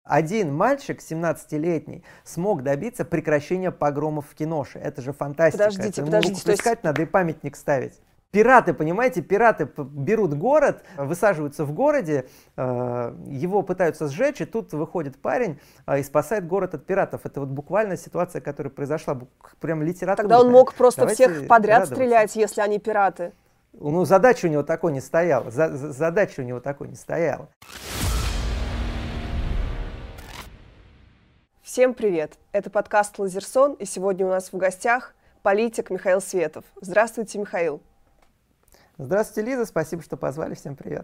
один мальчик, 17-летний, смог добиться прекращения погромов в Киноше. Это же фантастика. Подождите, руку плескать надо и памятник ставить. Пираты, понимаете, пираты берут город, высаживаются в городе, его пытаются сжечь, и тут выходит парень и спасает город от пиратов. Это вот буквально ситуация, которая произошла, прям литературная. Тогда он мог просто всех подряд стрелять, если они пираты. Ну, задача у него такой не стояла. Задача у него такой не стояла. Всем привет! Это подкаст «Лазерсон», и сегодня у нас в гостях политик Михаил Светов. Здравствуйте, Михаил. Здравствуйте, Лиза, спасибо, что позвали, всем привет.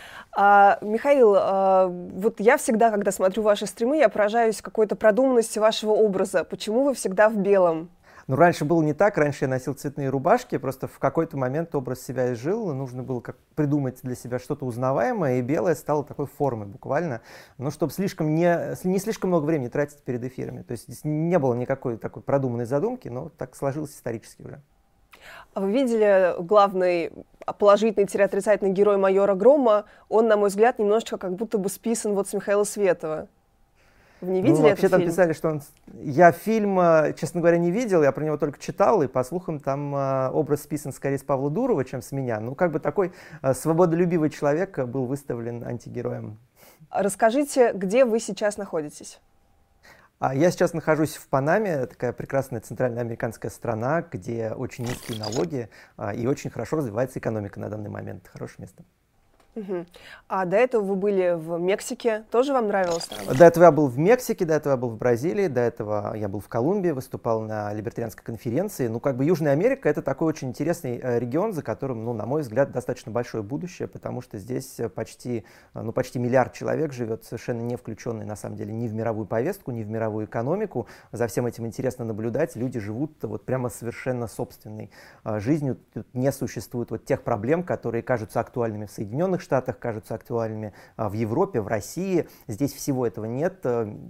Михаил, вот я всегда, когда смотрю ваши стримы, я поражаюсь какой-то продуманности вашего образа. Почему вы всегда в белом? Ну, раньше было не так, раньше я носил цветные рубашки, просто в какой-то момент образ себя изжил, нужно было придумать для себя что-то узнаваемое, и белое стало такой формой буквально, но чтобы не слишком много времени тратить перед эфирами. То есть здесь не было никакой такой продуманной задумки, но так сложилось исторически уже. А вы видели главный положительный-отрицательный герой майора Грома? Он, на мой взгляд, немножечко как будто бы списан вот с Михаила Светова. Вы не видели этот фильм? Вообще там фильм? писали, что он... Я фильм, честно говоря, не видел, я про него только читал, и по слухам там образ списан скорее с Павла Дурова, чем с меня. Ну, как бы такой свободолюбивый человек был выставлен антигероем. Расскажите, где вы сейчас находитесь? Я сейчас нахожусь в Панаме, такая прекрасная центральноамериканская страна, где очень низкие налоги и очень хорошо развивается экономика на данный момент. Хорошее место. Угу. А до этого вы были в Мексике, тоже вам нравилось там? До этого я был в Мексике, до этого я был в Бразилии, до этого я был в Колумбии, выступал на либертарианской конференции. Ну, как бы Южная Америка — это такой очень интересный регион, за которым, ну, на мой взгляд, достаточно большое будущее, потому что здесь почти миллиард человек живет, совершенно не включенный, на самом деле, ни в мировую повестку, ни в мировую экономику. За всем этим интересно наблюдать. Люди живут вот прямо совершенно собственной жизнью. Тут не существует вот тех проблем, которые кажутся актуальными в Соединенных Штатах, кажутся актуальными в Европе, в России. Здесь всего этого нет.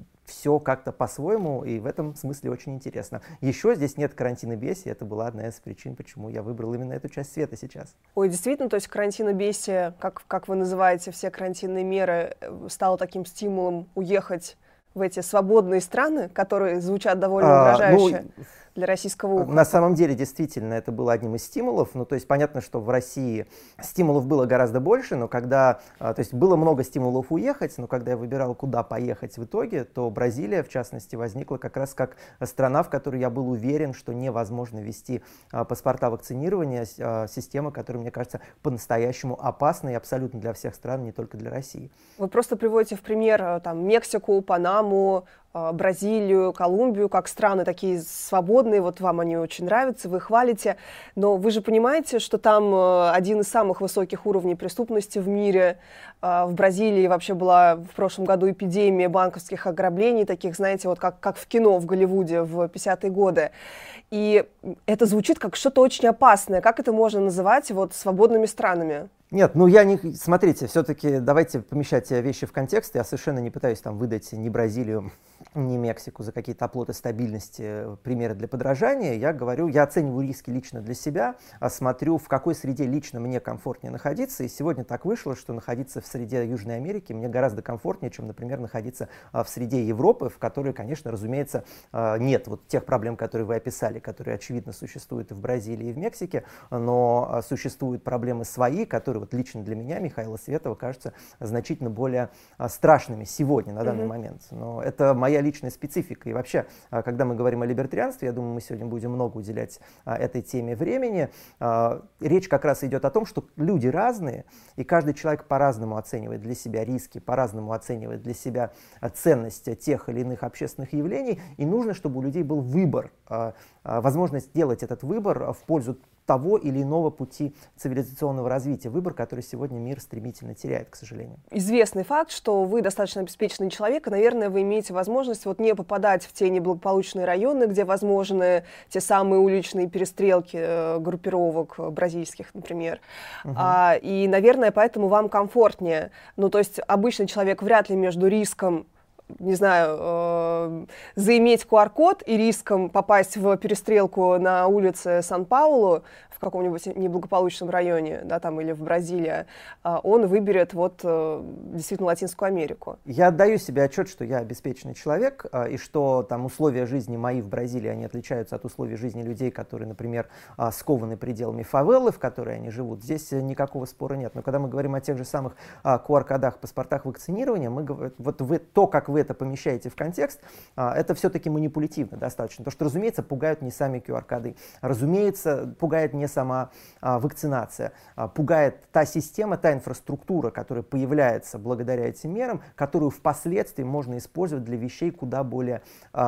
Все как-то по-своему, и в этом смысле очень интересно. Еще здесь нет карантинобесия. Это была одна из причин, почему я выбрал именно эту часть света сейчас. Ой, действительно, то есть карантинобесие, как вы называете все карантинные меры, стало таким стимулом уехать в эти свободные страны, которые звучат довольно угрожающе для российского уха? На самом деле, действительно, это было одним из стимулов. Ну, то есть понятно, что в России стимулов было гораздо больше, но то есть было много стимулов уехать, но когда я выбирал, куда поехать в итоге, то Бразилия, в частности, возникла как раз как страна, в которой я был уверен, что невозможно ввести паспорта вакцинирования, система, которая, мне кажется, по-настоящему опасна и абсолютно для всех стран, не только для России. Вы просто приводите в пример там Мексику, Панаму, Бразилию, Колумбию, как страны такие свободные, вот вам они очень нравятся, вы хвалите, но вы же понимаете, что там один из самых высоких уровней преступности в мире. В Бразилии вообще была в прошлом году эпидемия банковских ограблений, таких, знаете, вот как в кино в Голливуде в 50-е годы. И это звучит как что-то очень опасное. Как это можно называть вот свободными странами? Нет, смотрите, все-таки давайте помещать вещи в контекст. Я совершенно не пытаюсь там выдать ни Бразилию, ни Мексику за какие-то оплоты стабильности, примеры для подражания. Я оцениваю риски лично для себя, смотрю, в какой среде лично мне комфортнее находиться. И сегодня так вышло, что находиться в среде Южной Америки мне гораздо комфортнее, чем, например, находиться в среде Европы, в которой, конечно, разумеется, нет вот тех проблем, которые вы описали, которые, очевидно, существуют и в Бразилии, и в Мексике, но существуют проблемы свои, которые вот лично для меня, Михаила Светова, кажутся значительно более страшными сегодня, на данный момент. Но это моя личная специфика. И вообще, когда мы говорим о либертарианстве, я думаю, мы сегодня будем много уделять этой теме времени. Речь как раз идет о том, что люди разные, и каждый человек по-разному оценивает для себя риски, по-разному оценивает для себя ценность тех или иных общественных явлений, и нужно, чтобы у людей был выбор, возможность сделать этот выбор в пользу того или иного пути цивилизационного развития. Выбор, который сегодня мир стремительно теряет, к сожалению. Известный факт, что вы достаточно обеспеченный человек, и, наверное, вы имеете возможность вот не попадать в те неблагополучные районы, где возможны те самые уличные перестрелки группировок бразильских, например. И, наверное, поэтому вам комфортнее. Ну, то есть обычный человек вряд ли между риском, не знаю, заиметь QR-код и риском попасть в перестрелку на улице Сан-Паулу, в в каком-нибудь неблагополучном районе, да, там, или в Бразилии, он выберет вот действительно Латинскую Америку. Я отдаю себе отчет, что я обеспеченный человек, и что там условия жизни мои в Бразилии, они отличаются от условий жизни людей, которые, например, скованы пределами фавелы, в которой они живут. Здесь никакого спора нет. Но когда мы говорим о тех же самых QR-кодах, паспортах вакцинирования, то, как вы это помещаете в контекст, это все-таки манипулятивно достаточно. То, что, разумеется, пугают не сами QR-коды. Разумеется, пугает не сама вакцинация. Пугает та система, та инфраструктура, которая появляется благодаря этим мерам, которую впоследствии можно использовать для вещей куда более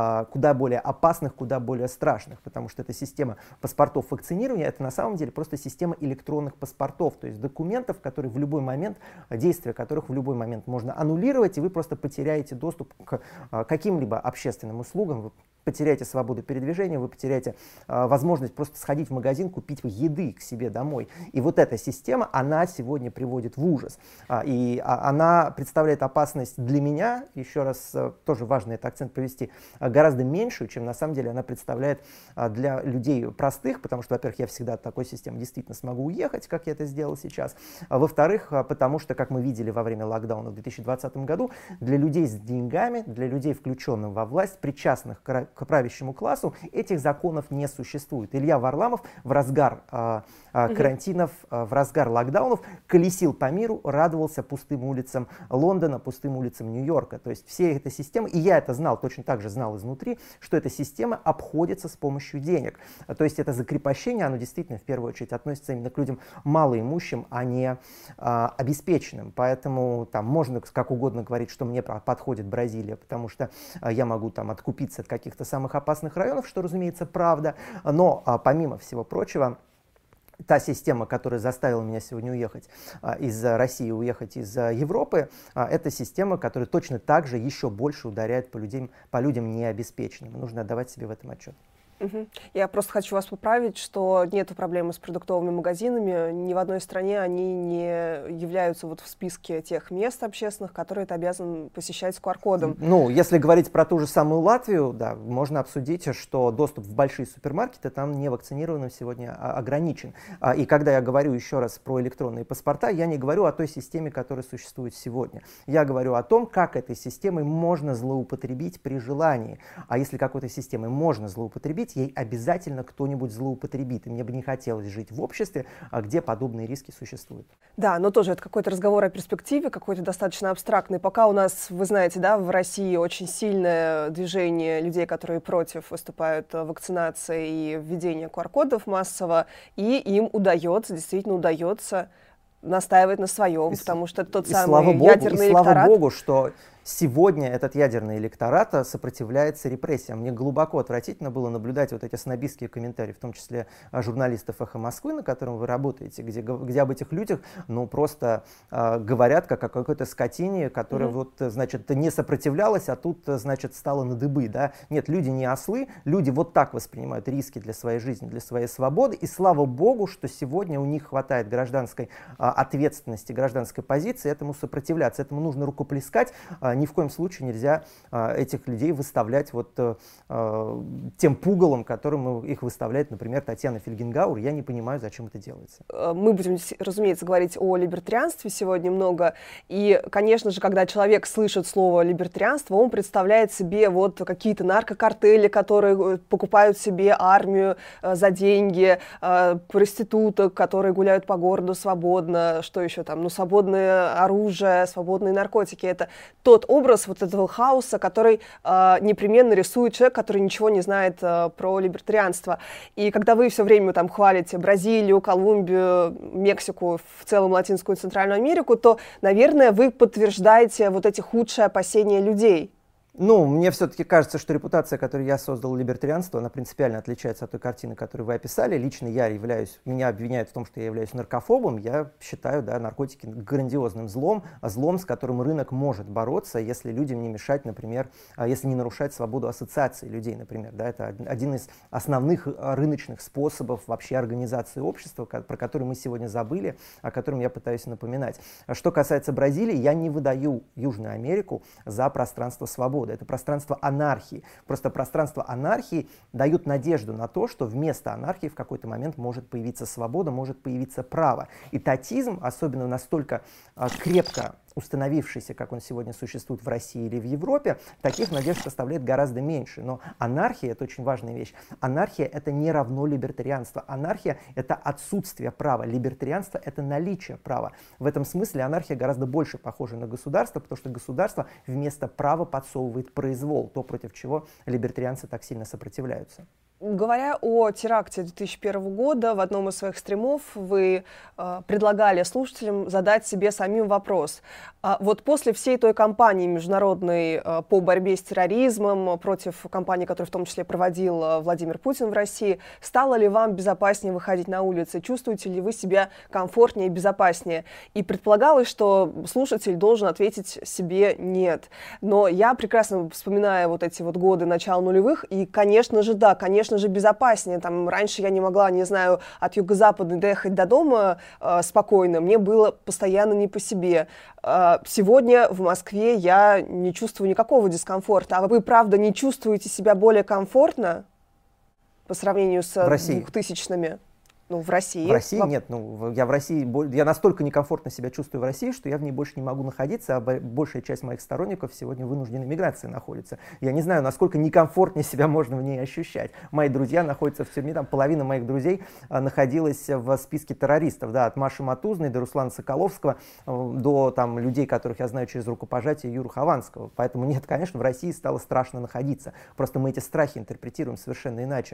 опасных, куда более страшных. Потому что эта система паспортов вакцинирования, это на самом деле просто система электронных паспортов, то есть документов, которые в любой момент, действия которых в любой момент можно аннулировать, и вы просто потеряете доступ к каким-либо общественным услугам, вы потеряете свободу передвижения, вы потеряете возможность просто сходить в магазин, купить еды к себе домой. И вот эта система, она сегодня приводит в ужас. И она представляет опасность для меня, еще раз тоже важно этот акцент провести, гораздо меньшую, чем на самом деле она представляет для людей простых, потому что, во-первых, я всегда от такой системы действительно смогу уехать, как я это сделал сейчас. Во-вторых, потому что, как мы видели во время локдауна в 2020 году, для людей с деньгами, для людей, включенных во власть, причастных к правящему классу, этих законов не существует. Илья Варламов в разгар карантинов, в разгар локдаунов колесил по миру, радовался пустым улицам Лондона, пустым улицам Нью-Йорка. То есть все эта система, и я это знал, точно так же знал изнутри, что эта система обходится с помощью денег. То есть это закрепощение, оно действительно в первую очередь относится именно к людям малоимущим, а не обеспеченным. Поэтому там можно как угодно говорить, что мне подходит Бразилия, потому что я могу там откупиться от каких-то самых опасных районов, что, разумеется, правда. Но помимо всего прочего, та система, которая заставила меня сегодня уехать из России, уехать из Европы, это система, которая точно так же еще больше ударяет по людям необеспеченным. Нужно отдавать себе в этом отчет. Я просто хочу вас поправить, что нет проблемы с продуктовыми магазинами. Ни в одной стране они не являются вот в списке тех мест общественных, которые ты обязан посещать с QR-кодом. Ну, если говорить про ту же самую Латвию, да, можно обсудить, что доступ в большие супермаркеты там невакцинированным сегодня ограничен. И когда я говорю еще раз про электронные паспорта, я не говорю о той системе, которая существует сегодня. Я говорю о том, как этой системой можно злоупотребить при желании. А если какой-то системой можно злоупотребить, ей обязательно кто-нибудь злоупотребит. И мне бы не хотелось жить в обществе, где подобные риски существуют. Да, но тоже это какой-то разговор о перспективе, какой-то достаточно абстрактный. Пока у нас, вы знаете, да, в России очень сильное движение людей, которые против выступают вакцинации и введения QR-кодов массово, и им действительно удается настаивать на своем, потому что тот самый ядерный электорат... Слава Богу, что сегодня этот ядерный электорат сопротивляется репрессиям. Мне глубоко отвратительно было наблюдать вот эти снобистские комментарии, в том числе журналистов «Эхо Москвы», на котором вы работаете, где об этих людях просто говорят как о какой-то скотине, которая значит, не сопротивлялась, а тут, значит, стала на дыбы. Да? Нет, люди не ослы, люди вот так воспринимают риски для своей жизни, для своей свободы, и слава Богу, что сегодня у них хватает гражданской ответственности, гражданской позиции этому сопротивляться, этому нужно рукоплескать. Ни в коем случае нельзя этих людей выставлять вот тем пугалом, которым их выставляет, например, Татьяна Фельгенгауэр. Я не понимаю, зачем это делается. Мы будем, разумеется, говорить о либертарианстве сегодня много. И, конечно же, когда человек слышит слово либертарианство, он представляет себе вот какие-то наркокартели, которые покупают себе армию за деньги, проституток, которые гуляют по городу свободно, что еще там, свободное оружие, свободные наркотики. Это тот образ вот этого хаоса, который непременно рисует человек, который ничего не знает про либертарианство. И когда вы все время там хвалите Бразилию, Колумбию, Мексику, в целом Латинскую и Центральную Америку, то, наверное, вы подтверждаете вот эти худшие опасения людей. Мне все-таки кажется, что репутация, которую я создал либертарианство, она принципиально отличается от той картины, которую вы описали. Лично меня обвиняют в том, что я являюсь наркофобом. Я считаю, наркотики грандиозным злом, с которым рынок может бороться, если людям не мешать, например, если не нарушать свободу ассоциации людей, например. Да, это один из основных рыночных способов вообще организации общества, про который мы сегодня забыли, о котором я пытаюсь напоминать. Что касается Бразилии, я не выдаю Южную Америку за пространство свободы. свободы, это пространство анархии. Просто пространство анархии дает надежду на то, что вместо анархии в какой-то момент может появиться свобода, может появиться право. И татизм, особенно настолько крепко установившийся, как он сегодня существует в России или в Европе, таких надежд составляет гораздо меньше. Но анархия — это очень важная вещь. Анархия — это не равно либертарианство. Анархия — это отсутствие права. Либертарианство — это наличие права. В этом смысле анархия гораздо больше похожа на государство, потому что государство вместо права подсовывает произвол, то, против чего либертарианцы так сильно сопротивляются. Говоря о теракте 2001 года, в одном из своих стримов вы предлагали слушателям задать себе самим вопрос. Вот после всей той кампании международной по борьбе с терроризмом, против кампании, которую в том числе проводил Владимир Путин в России, стало ли вам безопаснее выходить на улицы? Чувствуете ли вы себя комфортнее и безопаснее? И предполагалось, что слушатель должен ответить себе «нет». Но я прекрасно вспоминаю вот эти вот годы начала нулевых, и, конечно же, да, конечно же, безопаснее. Там раньше я не могла, не знаю, от юго-запада доехать до дома спокойно. Мне было постоянно не по себе. Сегодня в Москве я не чувствую никакого дискомфорта. А вы, правда, не чувствуете себя более комфортно по сравнению с 2000-ми? Ну, в России. В России нет. Ну, я в России, я настолько некомфортно себя чувствую в России, что я в ней больше не могу находиться, а большая часть моих сторонников сегодня в вынужденной миграции находится. Я не знаю, насколько некомфортнее себя можно в ней ощущать. Мои друзья находятся в тюрьме, там половина моих друзей находилась в списке террористов, да, от Маши Матузной до Руслана Соколовского, до там людей, которых я знаю через рукопожатие, Юру Хованского. Поэтому нет, конечно, в России стало страшно находиться. Просто мы эти страхи интерпретируем совершенно иначе.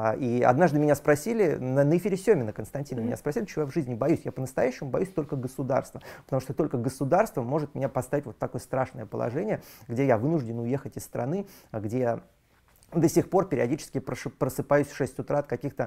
И однажды меня спросили на эфире Семина Константина меня спросили, чего я в жизни боюсь. Я по-настоящему боюсь только государства, потому что только государство может меня поставить в вот такое страшное положение, где я вынужден уехать из страны, где я до сих пор периодически просыпаюсь в 6 утра от каких-то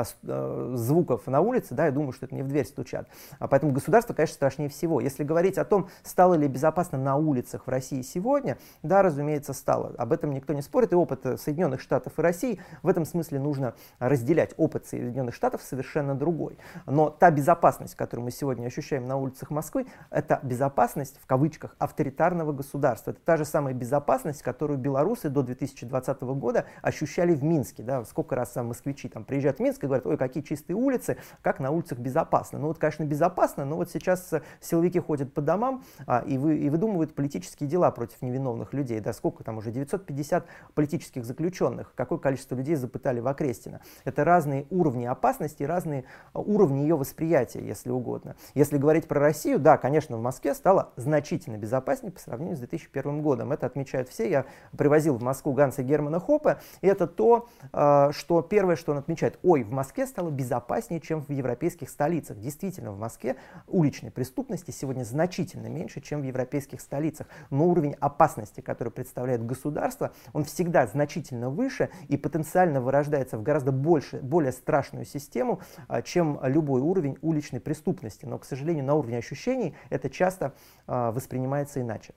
звуков на улице, да, и думаю, что это мне в дверь стучат. Поэтому государство, конечно, страшнее всего. Если говорить о том, стало ли безопасно на улицах в России сегодня, да, разумеется, стало. Об этом никто не спорит, и опыт Соединенных Штатов и России в этом смысле нужно разделять. Опыт Соединенных Штатов совершенно другой. Но та безопасность, которую мы сегодня ощущаем на улицах Москвы, это безопасность, в кавычках, авторитарного государства. Это та же самая безопасность, которую белорусы до 2020 года ощущали в Минске. Да? Сколько раз москвичи там приезжают в Минск и говорят: ой, какие чистые улицы, как на улицах безопасно. Ну вот, конечно, безопасно, но вот сейчас силовики ходят по домам и выдумывают политические дела против невиновных людей. Да? Сколько там уже? 950 политических заключенных. Какое количество людей запытали в Окрестино. Это разные уровни опасности, разные уровни ее восприятия, если угодно. Если говорить про Россию, да, конечно, в Москве стало значительно безопаснее по сравнению с 2001 годом. Это отмечают все. Я привозил в Москву Ганса Германа Хоппа, и это то, что первое, что он отмечает. Ой, в Москве стало безопаснее, чем в европейских столицах. Действительно, в Москве уличной преступности сегодня значительно меньше, чем в европейских столицах. Но уровень опасности, который представляет государство, он всегда значительно выше и потенциально вырождается в гораздо более страшную систему, чем любой уровень уличной преступности. Но, к сожалению, на уровне ощущений это часто воспринимается иначе.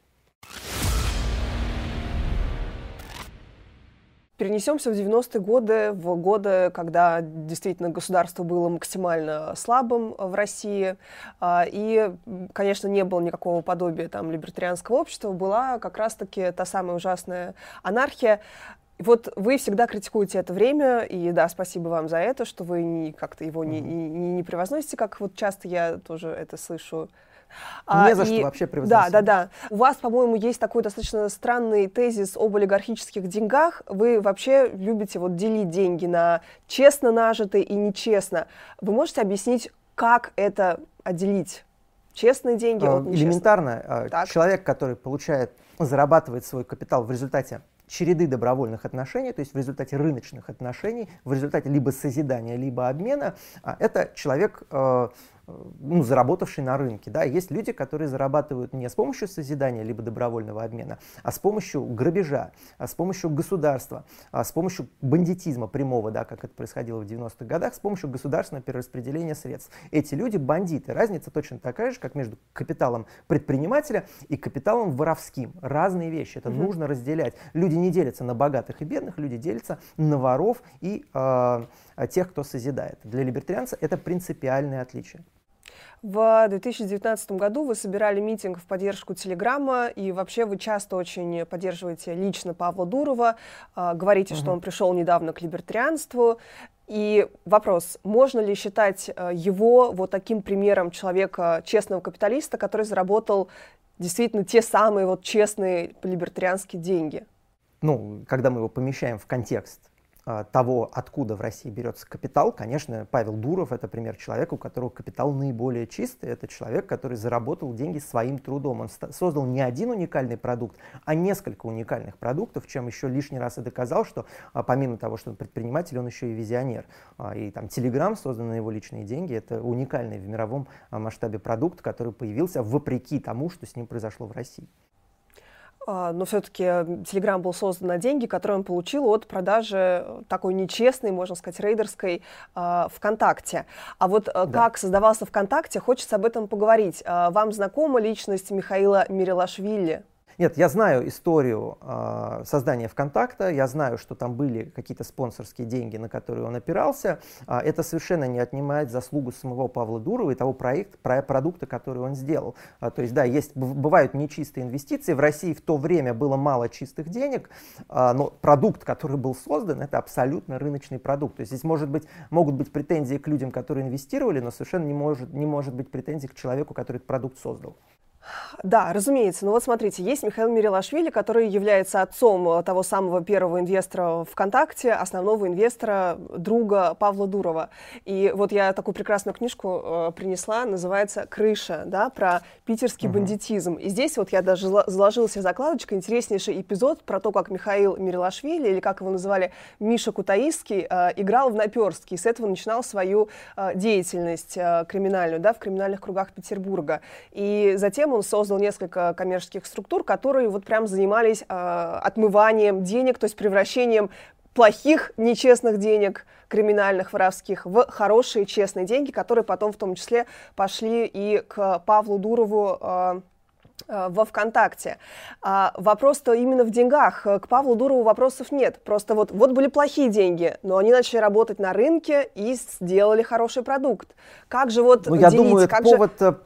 Перенесемся в 90-е годы, в годы, когда действительно государство было максимально слабым в России, и, конечно, не было никакого подобия там либертарианского общества, была как раз-таки та самая ужасная анархия. Вот вы всегда критикуете это время, и да, спасибо вам за это, что вы как-то его не превозносите, как вот часто я тоже это слышу. Не за что вообще превозносить. Да. У вас, по-моему, есть такой достаточно странный тезис об олигархических деньгах. Вы вообще любите вот делить деньги на честно нажитые и нечестно. Вы можете объяснить, как это отделить? Честные деньги от нечестных? Элементарно. Человек, который зарабатывает свой капитал в результате череды добровольных отношений, то есть в результате рыночных отношений, в результате либо созидания, либо обмена, это человек, заработавший на рынке. Да? Есть люди, которые зарабатывают не с помощью созидания, либо добровольного обмена, а с помощью грабежа, с помощью государства, с помощью бандитизма прямого, да, как это происходило в 90-х годах, с помощью государственного перераспределения средств. Эти люди бандиты. Разница точно такая же, как между капиталом предпринимателя и капиталом воровским. Разные вещи. Это нужно разделять. Люди не делятся на богатых и бедных, люди делятся на воров и тех, кто созидает. Для либертарианца это принципиальное отличие. В 2019 году вы собирали митинг в поддержку Телеграма, и вообще вы часто очень поддерживаете лично Павла Дурова, говорите, что он пришел недавно к либертарианству. И вопрос, можно ли считать его вот таким примером человека, честного капиталиста, который заработал действительно те самые вот честные либертарианские деньги? Ну, когда мы его помещаем в контекст того, откуда в России берется капитал, конечно, Павел Дуров — это пример человека, у которого капитал наиболее чистый. Это человек, который заработал деньги своим трудом. Он создал не один уникальный продукт, а несколько уникальных продуктов, чем еще лишний раз и доказал, что помимо того, что он предприниматель, он еще и визионер. И там Telegram, создан на его личные деньги, это уникальный в мировом масштабе продукт, который появился вопреки тому, что с ним произошло в России. Но все-таки Telegram был создан на деньги, которые он получил от продажи такой нечестной, можно сказать, рейдерской ВКонтакте. А вот как создавался ВКонтакте, хочется об этом поговорить. Вам знакома личность Михаила Мирилашвили? Нет, я знаю историю создания ВКонтакта, я знаю, что там были какие-то спонсорские деньги, на которые он опирался. Это совершенно не отнимает заслугу самого Павла Дурова и того продукта, который он сделал. То есть, да, бывают нечистые инвестиции. В России в то время было мало чистых денег, но продукт, который был создан, это абсолютно рыночный продукт. То есть здесь могут быть претензии к людям, которые инвестировали, но совершенно не может быть претензий к человеку, который этот продукт создал. Да, разумеется. Но вот смотрите, есть Михаил Мирилашвили, который является отцом того самого первого инвестора ВКонтакте, основного инвестора, друга Павла Дурова. И вот я такую прекрасную книжку принесла, называется «Крыша», да, про питерский бандитизм. И здесь вот я даже заложила себе закладочкой интереснейший эпизод про то, как Михаил Мирилашвили, или как его называли, Миша Кутаисский, играл в наперстки. И с этого начинал свою деятельность криминальную, да, в криминальных кругах Петербурга. И затем он создал несколько коммерческих структур, которые вот прям занимались отмыванием денег, то есть превращением плохих, нечестных денег, криминальных, воровских, в хорошие, честные деньги, которые потом в том числе пошли и к Павлу Дурову во ВКонтакте. Вопрос-то именно в деньгах. К Павлу Дурову вопросов нет. Просто вот были плохие деньги, но они начали работать на рынке и сделали хороший продукт. Как же вот делить?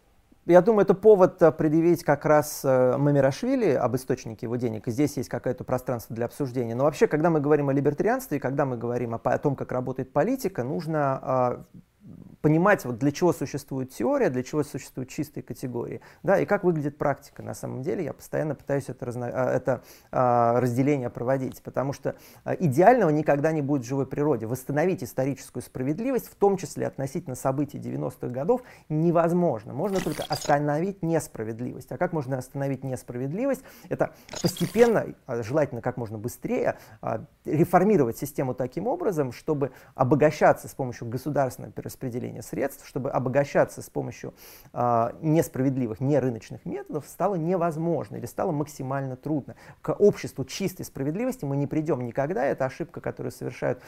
Я думаю, это повод предъявить как раз Мамирашвили об источнике его денег, и здесь есть какое-то пространство для обсуждения. Но вообще, когда мы говорим о либертарианстве, и когда мы говорим о том, как работает политика, нужно понимать, вот для чего существует теория, для чего существуют чистые категории, да, и как выглядит практика. На самом деле я постоянно пытаюсь это разделение проводить, потому что идеального никогда не будет в живой природе. Восстановить историческую справедливость, в том числе относительно событий 90-х годов, невозможно. Можно только остановить несправедливость. А как можно остановить несправедливость? Это постепенно, желательно как можно быстрее, реформировать систему таким образом, чтобы обогащаться с помощью государственного перераспределения средств, чтобы обогащаться с помощью несправедливых, нерыночных методов стало невозможно или стало максимально трудно. К обществу чистой справедливости мы не придем никогда. Это ошибка, которую совершают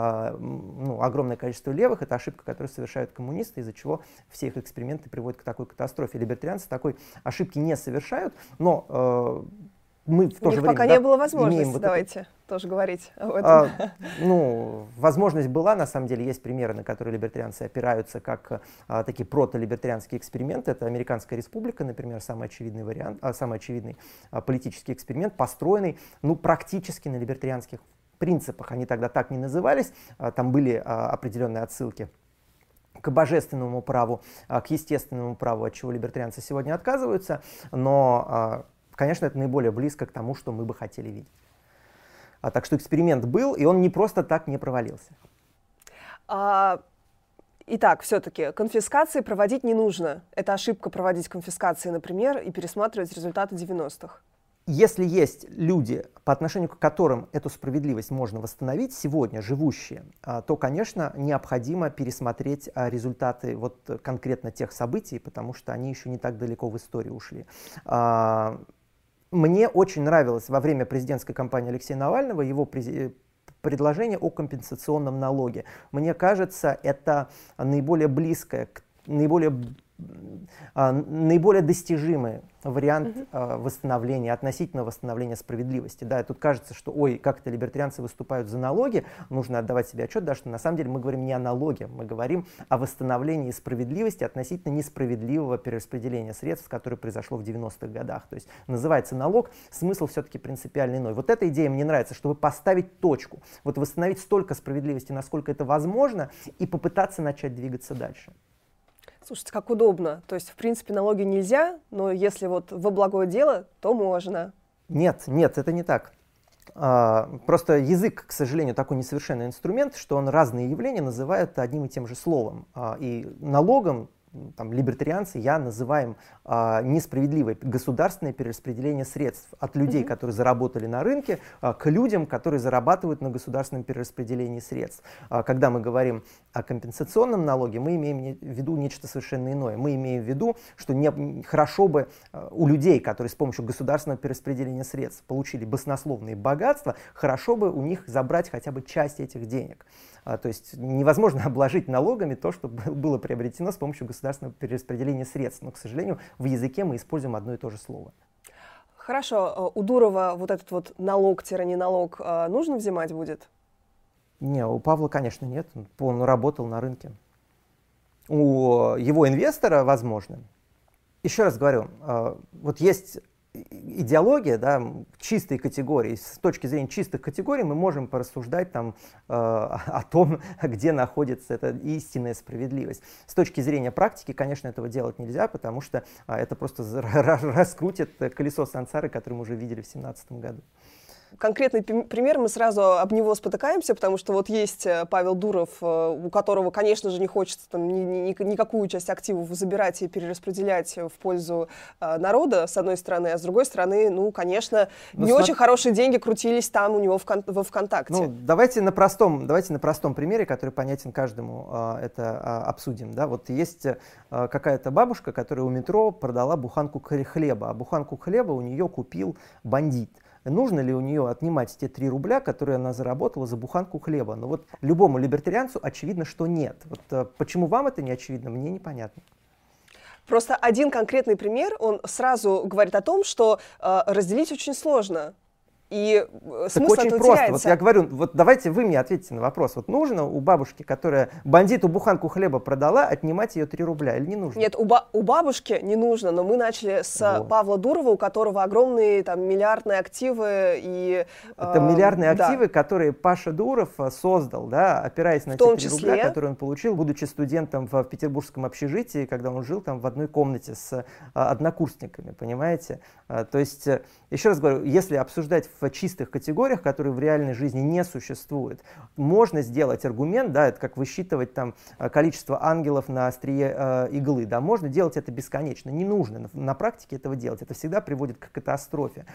огромное количество левых, это ошибка, которую совершают коммунисты, из-за чего все их эксперименты приводят к такой катастрофе. Либертарианцы такой ошибки не совершают, но мы в то же время... пока не было возможности, давайте тоже говорить об этом. Возможность была, на самом деле, есть примеры, на которые либертарианцы опираются, как такие протолибертарианские эксперименты. Это Американская республика, например, самый очевидный вариант, самый очевидный политический эксперимент, построенный практически на либертарианских принципах. Они тогда так не назывались, там были определенные отсылки к божественному праву, к естественному праву, от чего либертарианцы сегодня отказываются, но конечно, это наиболее близко к тому, что мы бы хотели видеть. Так что эксперимент был, и он не просто так не провалился. Итак, все-таки конфискации проводить не нужно. Это ошибка проводить конфискации, например, и пересматривать результаты 90-х. Если есть люди, по отношению к которым эту справедливость можно восстановить, сегодня живущие, то, конечно, необходимо пересмотреть результаты конкретно тех событий, потому что они еще не так далеко в историю ушли. Мне очень нравилось во время президентской кампании Алексея Навального его предложение о компенсационном налоге. Мне кажется, это наиболее наиболее достижимый вариант восстановления, относительно восстановления справедливости. Да, и тут кажется, что, ой, как-то либертарианцы выступают за налоги, нужно отдавать себе отчет, да, что на самом деле мы говорим не о налоге, мы говорим о восстановлении справедливости относительно несправедливого перераспределения средств, которое произошло в 90-х годах. То есть называется налог, смысл все-таки принципиально иной. Вот эта идея мне нравится, чтобы поставить точку, вот восстановить столько справедливости, насколько это возможно, и попытаться начать двигаться дальше. Слушайте, как удобно. То есть, в принципе, налоги нельзя, но если вот во благое дело, то можно. Нет, это не так. Просто язык, к сожалению, такой несовершенный инструмент, что он разные явления называет одним и тем же словом. И налогом там, либертарианцы называем несправедливое государственное перераспределение средств от людей, которые заработали на рынке, к людям, которые зарабатывают на государственном перераспределении средств. Когда мы говорим о компенсационном налоге, мы имеем в виду нечто совершенно иное. Мы имеем в виду, что хорошо бы у людей, которые с помощью государственного перераспределения средств получили баснословные богатства, хорошо бы у них забрать хотя бы часть этих денег. То есть невозможно обложить налогами то, что было приобретено с помощью государственного перераспределения средств. Но, к сожалению, в языке мы используем одно и то же слово. Хорошо. У Дурова вот этот вот налог-не налог нужно взимать будет? Не, у Павла, конечно, нет. Он работал на рынке. У его инвестора, возможно. Еще раз говорю, вот есть идеология, да, чистой категории. С точки зрения чистых категорий мы можем порассуждать там, о том, где находится эта истинная справедливость. С точки зрения практики, конечно, этого делать нельзя, потому что это просто раскрутит колесо сансары, которое мы уже видели в 2017 году. Конкретный пример, мы сразу об него спотыкаемся, потому что вот есть Павел Дуров, у которого, конечно же, не хочется там никакую часть активов забирать и перераспределять в пользу народа, с одной стороны, а с другой стороны, ну, конечно, не очень хорошие деньги крутились там у него во ВКонтакте. Ну, давайте на простом примере, который понятен каждому, это обсудим. Да? Вот есть какая-то бабушка, которая у метро продала буханку хлеба, а буханку хлеба у нее купил бандит. Нужно ли у нее отнимать те 3 рубля, которые она заработала за буханку хлеба? Но вот любому либертарианцу очевидно, что нет. Вот почему вам это не очевидно, мне непонятно. Просто один конкретный пример, он сразу говорит о том, что разделить очень сложно. И смысл очень просто. Теряется. Вот я говорю, вот давайте вы мне ответите на вопрос. Вот нужно у бабушки, которая бандиту буханку хлеба продала, отнимать ее 3 рубля или не нужно? Нет, у бабушки не нужно, но мы начали с Павла Дурова, у которого огромные там миллиардные активы. Это миллиардные активы, которые Паша Дуров создал, да, опираясь на те 3 рубля, которые он получил, будучи студентом в петербургском общежитии, когда он жил там в одной комнате с однокурсниками, понимаете? То есть, еще раз говорю, если обсуждать в чистых категориях, которые в реальной жизни не существуют, можно сделать аргумент, да, это как высчитывать там количество ангелов на острие иглы, да, можно делать это бесконечно, не нужно на практике этого делать, это всегда приводит к катастрофе.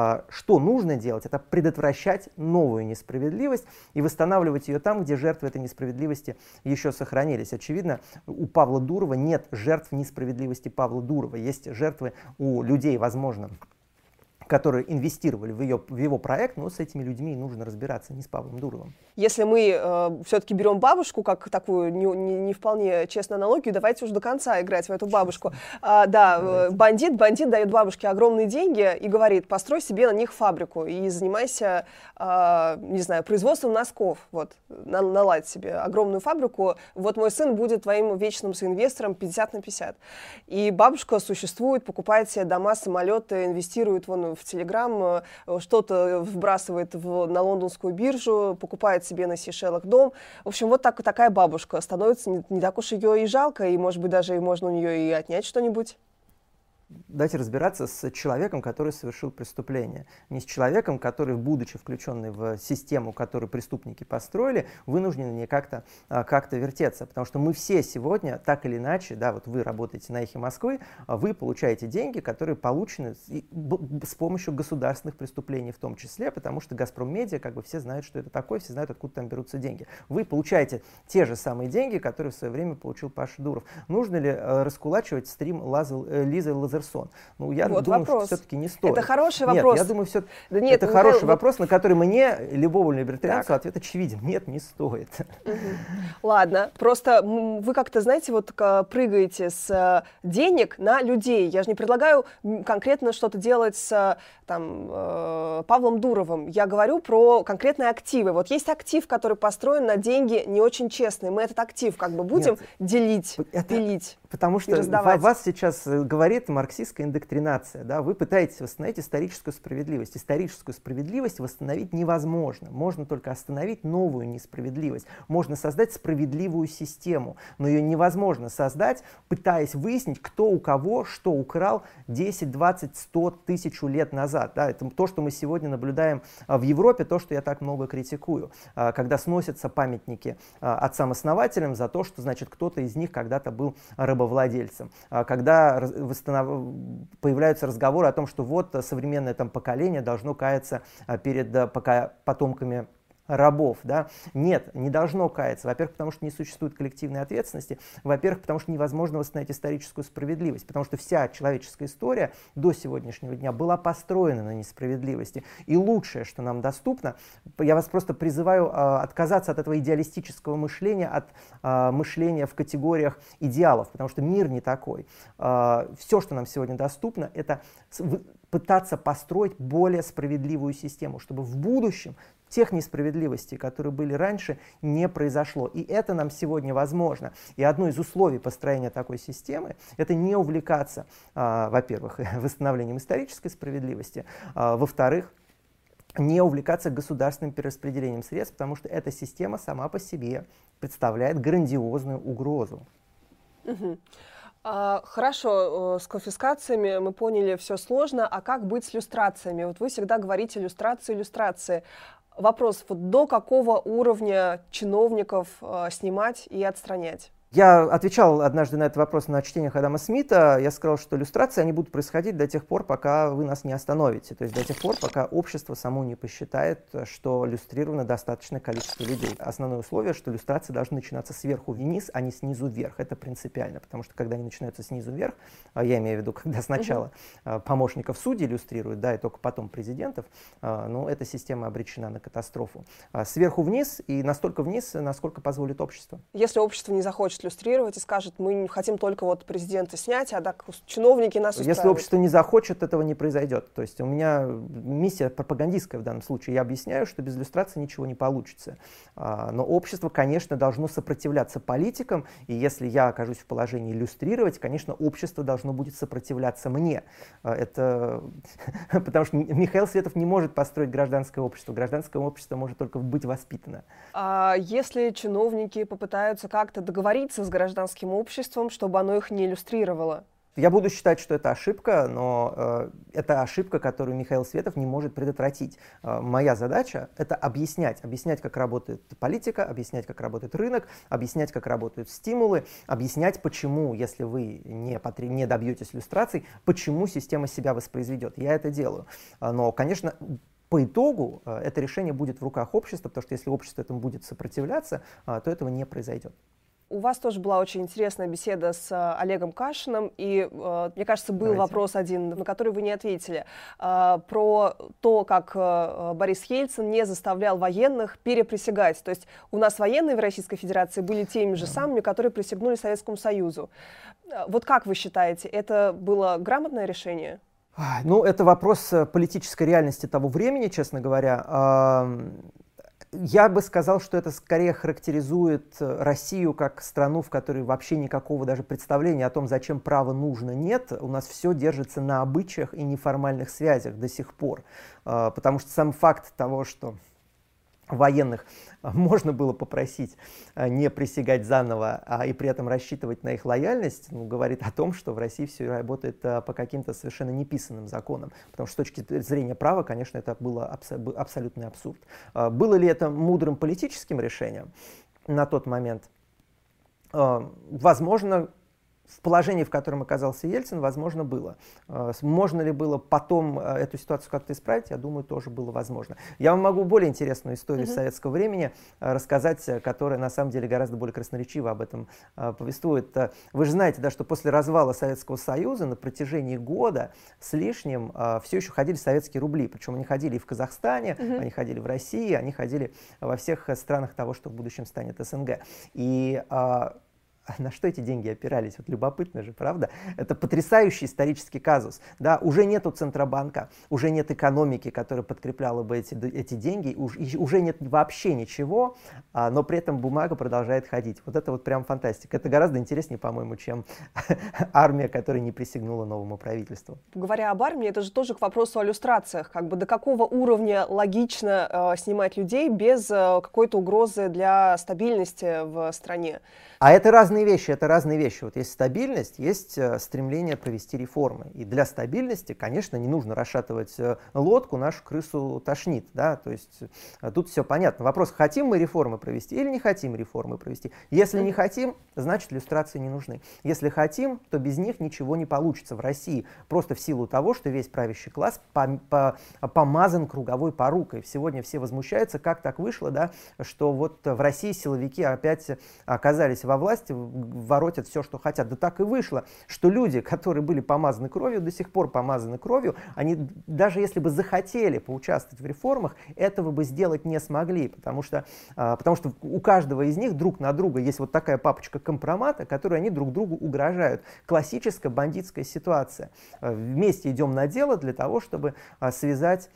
Что нужно делать, это предотвращать новую несправедливость и восстанавливать ее там, где жертвы этой несправедливости еще сохранились. Очевидно, у Павла Дурова нет жертв несправедливости Павла Дурова, есть жертвы у людей, возможно, которые инвестировали в его проект, но с этими людьми нужно разбираться, не с Павлом Дуровым. Если мы все-таки берем бабушку как такую не вполне честную аналогию, давайте уже до конца играть в эту бабушку. Бандит дает бабушке огромные деньги и говорит, построй себе на них фабрику и занимайся, не знаю, производством носков. Вот, наладь себе огромную фабрику. Вот мой сын будет твоим вечным соинвестором 50/50. И бабушка существует, покупает себе дома, самолеты, инвестирует в Телеграм, что-то вбрасывает на лондонскую биржу, покупает себе на Сейшелах дом. В общем, вот такая бабушка. Становится не так уж ее и жалко, и, может быть, даже можно у нее и отнять что-нибудь. Давайте разбираться с человеком, который совершил преступление. Не с человеком, который, будучи включенный в систему, которую преступники построили, вынуждены как-то вертеться. Потому что мы все сегодня, так или иначе, да, вот вы работаете на «Эхе Москвы», вы получаете деньги, которые получены с помощью государственных преступлений в том числе, потому что «Газпром Медиа», как бы все знают, что это такое, все знают, откуда там берутся деньги. Вы получаете те же самые деньги, которые в свое время получил Паша Дуров. Нужно ли раскулачивать стрим Лизы Лазарчук? Лазерсон. Ну, я вот думаю, вопрос. что все-таки не стоит. Это хороший нет, вопрос. Я думаю, да нет, это хороший вопрос, на который мне, любому либертарианцу, ответ очевиден. Нет, не стоит. Ладно, просто вы как-то, знаете, вот прыгаете с денег на людей. Я же не предлагаю конкретно что-то делать с Павлом Дуровым. Я говорю про конкретные активы. Вот есть актив, который построен на деньги не очень честные. Мы этот актив как бы будем делить, пилить. Потому что вас сейчас говорит марксистская индоктринация. Да? Вы пытаетесь восстановить историческую справедливость. Историческую справедливость восстановить невозможно. Можно только остановить новую несправедливость. Можно создать справедливую систему, но ее невозможно создать, пытаясь выяснить, кто у кого что украл 10, 20, 100, 1000 лет назад. Да? Это то, что мы сегодня наблюдаем в Европе, то, что я так много критикую. Когда сносятся памятники отцам-основателям за то, что, значит, кто-то из них когда-то был рабовладельцем. Когда появляются разговоры о том, что вот современное поколение должно каяться перед потомками рабов, да? Нет, не должно каяться. Во-первых, потому что не существует коллективной ответственности. Во-первых, потому что невозможно восстановить историческую справедливость. Потому что вся человеческая история до сегодняшнего дня была построена на несправедливости. И лучшее, что нам доступно, я вас просто призываю отказаться от этого идеалистического мышления, от мышления в категориях идеалов, потому что мир не такой. Все, что нам сегодня доступно, это пытаться построить более справедливую систему, чтобы в будущем тех несправедливостей, которые были раньше, не произошло. И это нам сегодня возможно. И одно из условий построения такой системы — это не увлекаться, во-первых, восстановлением исторической справедливости, во-вторых, не увлекаться государственным перераспределением средств, потому что эта система сама по себе представляет грандиозную угрозу. Хорошо, с конфискациями мы поняли, все сложно. А как быть с люстрациями? Вот вы всегда говорите люстрации. Вопрос, вот до какого уровня чиновников снимать и отстранять? Я отвечал однажды на этот вопрос на чтениях Адама Смита. Я сказал, что люстрации они будут происходить до тех пор, пока вы нас не остановите. То есть до тех пор, пока общество само не посчитает, что люстрировано достаточное количество людей. Основное условие, что люстрации должны начинаться сверху вниз, а не снизу вверх. Это принципиально, потому что когда они начинаются снизу вверх, я имею в виду, когда сначала помощников судей люстрируют, да, и только потом президентов, ну, эта система обречена на катастрофу. Сверху вниз и настолько вниз, насколько позволит общество. Если общество не захочет люстрировать и скажет, мы хотим только вот президента снять, а так чиновники нас устраивают. Если общество не захочет, этого не произойдет. То есть у меня миссия пропагандистская в данном случае. Я объясняю, что без люстрации ничего не получится. Но общество, конечно, должно сопротивляться политикам, и если я окажусь в положении люстрировать, конечно, общество должно будет сопротивляться мне. Это потому что Михаил Светов не может построить гражданское общество. Гражданское общество может только быть воспитано. А если чиновники попытаются как-то договориться с гражданским обществом, чтобы оно их не иллюстрировало? Я буду считать, что это ошибка, но это ошибка, которую Михаил Светов не может предотвратить. Моя задача — это объяснять, как работает политика, объяснять, как работает рынок, объяснять, как работают стимулы, объяснять, почему, если вы не добьетесь люстраций, почему система себя воспроизведет. Я это делаю. Но, конечно, по итогу это решение будет в руках общества, потому что если общество этому будет сопротивляться, то этого не произойдет. У вас тоже была очень интересная беседа с Олегом Кашиным, и, мне кажется, был вопрос один, на который вы не ответили, про то, как Борис Ельцин не заставлял военных переприсягать. То есть у нас военные в Российской Федерации были теми же самыми, которые присягнули Советскому Союзу. Вот как вы считаете, это было грамотное решение? Ну, это вопрос политической реальности того времени, честно говоря. Я бы сказал, что это скорее характеризует Россию как страну, в которой вообще никакого даже представления о том, зачем право нужно, нет. У нас все держится на обычаях и неформальных связях до сих пор. Потому что сам факт того, что военных можно было попросить не присягать заново, и при этом рассчитывать на их лояльность, говорит о том, что в России все работает по каким-то совершенно неписанным законам. Потому что с точки зрения права, конечно, это было абсолютный абсурд. Было ли это мудрым политическим решением на тот момент? Возможно, в положении, в котором оказался Ельцин, возможно, было. Можно ли было потом эту ситуацию как-то исправить, я думаю, тоже было возможно. Я вам могу более интересную историю советского времени рассказать, которая на самом деле гораздо более красноречиво об этом повествует. Вы же знаете, да, что после развала Советского Союза на протяжении года с лишним все еще ходили советские рубли. Причем они ходили и в Казахстане, они ходили в России, они ходили во всех странах того, что в будущем станет СНГ. И на что эти деньги опирались? Вот любопытно же, правда? Это потрясающий исторический казус. Да? Уже нету Центробанка, уже нет экономики, которая подкрепляла бы эти деньги, уже нет вообще ничего, но при этом бумага продолжает ходить. Вот это вот прям фантастика. Это гораздо интереснее, по-моему, чем армия, которая не присягнула новому правительству. Говоря об армии, это же тоже к вопросу о люстрациях. Как бы до какого уровня логично снимать людей без какой-то угрозы для стабильности в стране? А это разные вещи, это разные вещи. Вот есть стабильность, есть стремление провести реформы. И для стабильности, конечно, не нужно расшатывать лодку, нашу крысу тошнит. Да? То есть тут все понятно. Вопрос, хотим мы реформы провести или не хотим реформы провести. Если не хотим, значит люстрации не нужны. Если хотим, то без них ничего не получится в России. Просто в силу того, что весь правящий класс помазан круговой порукой. Сегодня все возмущаются, как так вышло, да, что вот в России силовики опять оказались во власти, воротят все, что хотят. Да так и вышло, что люди, которые были помазаны кровью, до сих пор помазаны кровью, они даже если бы захотели поучаствовать в реформах, этого бы сделать не смогли, потому что у каждого из них друг на друга есть вот такая папочка компромата, которой они друг другу угрожают. Классическая бандитская ситуация. Вместе идем на дело для того, чтобы связать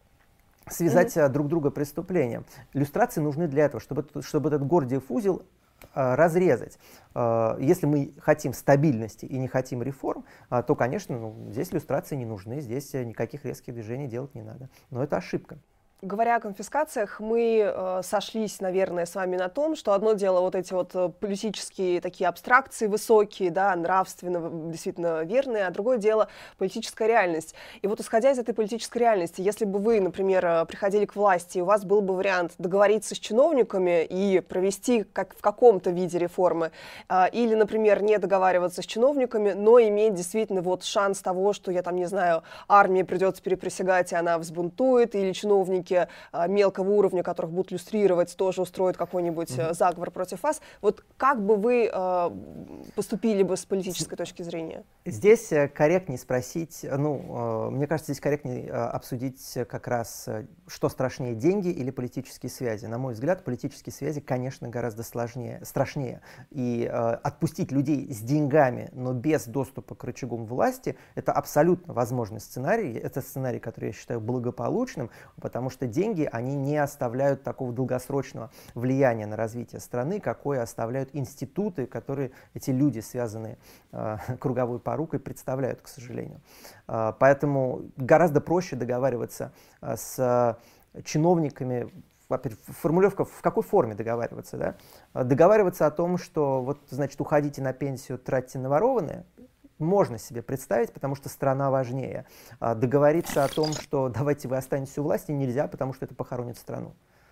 друг друга преступлением. Люстрации нужны для этого, чтобы этот Гордиев узел разрезать. Если мы хотим стабильности и не хотим реформ, то, конечно, здесь люстрации не нужны, здесь никаких резких движений делать не надо. Но это ошибка. Говоря о конфискациях, мы сошлись, наверное, с вами на том, что одно дело вот эти вот политические такие абстракции высокие, да, нравственно действительно верные, а другое дело политическая реальность. И вот исходя из этой политической реальности, если бы вы, например, приходили к власти, и у вас был бы вариант договориться с чиновниками и провести в каком-то виде реформы, или, например, не договариваться с чиновниками, но иметь действительно вот шанс того, что, я там не знаю, армии придется переприсягать, и она взбунтует, или чиновники мелкого уровня, которых будут люстрировать, тоже устроят какой-нибудь заговор против вас. Вот как бы вы поступили бы с политической точки зрения? Здесь корректнее спросить, мне кажется, здесь корректнее обсудить как раз, что страшнее, деньги или политические связи. На мой взгляд, политические связи, конечно, гораздо страшнее. И отпустить людей с деньгами, но без доступа к рычагам власти, это абсолютно возможный сценарий. Это сценарий, который я считаю благополучным, потому что деньги, они не оставляют такого долгосрочного влияния на развитие страны, какое оставляют институты, которые эти люди, связанные круговой порукой, представляют, к сожалению. Поэтому гораздо проще договариваться с чиновниками. Формулировка, в какой форме договариваться, да? Договариваться о том, что вот, значит, уходите на пенсию, тратьте на ворованное, можно себе представить, потому что страна важнее. Договориться о том, что давайте вы останетесь у власти, нельзя, потому что это похоронит страну.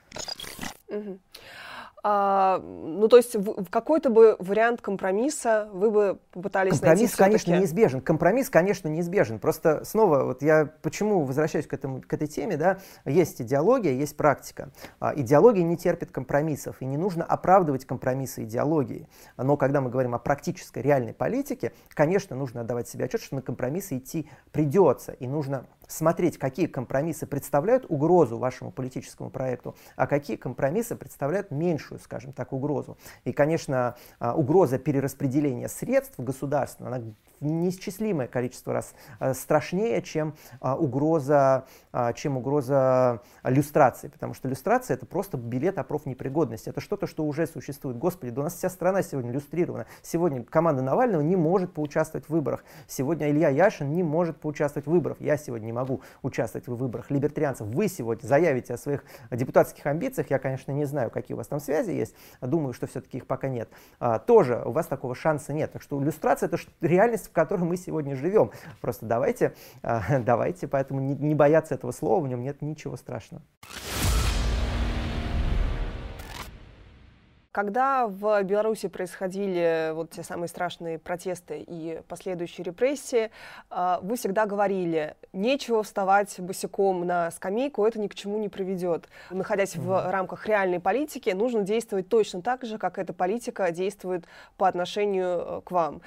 То есть какой-то бы вариант компромисса вы бы попытались найти все-таки? Конечно, неизбежен. Компромисс, конечно, неизбежен. Просто снова, вот я почему возвращаюсь к этой теме, да, есть идеология, есть практика. Идеология не терпит компромиссов, и не нужно оправдывать компромиссы идеологии. Но когда мы говорим о практической, реальной политике, конечно, нужно отдавать себе отчет, что на компромиссы идти придется, и нужно смотреть, какие компромиссы представляют угрозу вашему политическому проекту, а какие компромиссы представляют меньшую, скажем так, угрозу. И, конечно, угроза перераспределения средств государства, она в неисчислимое количество раз страшнее, чем угроза люстрации, потому что люстрация — это просто билет о профнепригодности, это что-то, что уже существует. Господи, да у нас вся страна сегодня люстрирована. Сегодня команда Навального не может поучаствовать в выборах, сегодня Илья Яшин не может поучаствовать в выборах, я сегодня не могу участвовать в выборах либертарианцев. Вы сегодня заявите о своих депутатских амбициях, я, конечно, не знаю, какие у вас там связи есть, думаю, что все-таки их пока нет. Тоже у вас такого шанса нет. Так что люстрация — это реальность, в которой мы сегодня живем. Просто давайте поэтому не бояться этого слова, в нем нет ничего страшного. Когда в Беларуси происходили вот те самые страшные протесты и последующие репрессии, вы всегда говорили, нечего вставать босиком на скамейку, это ни к чему не приведет. Находясь в рамках реальной политики, нужно действовать точно так же, как эта политика действует по отношению к вам.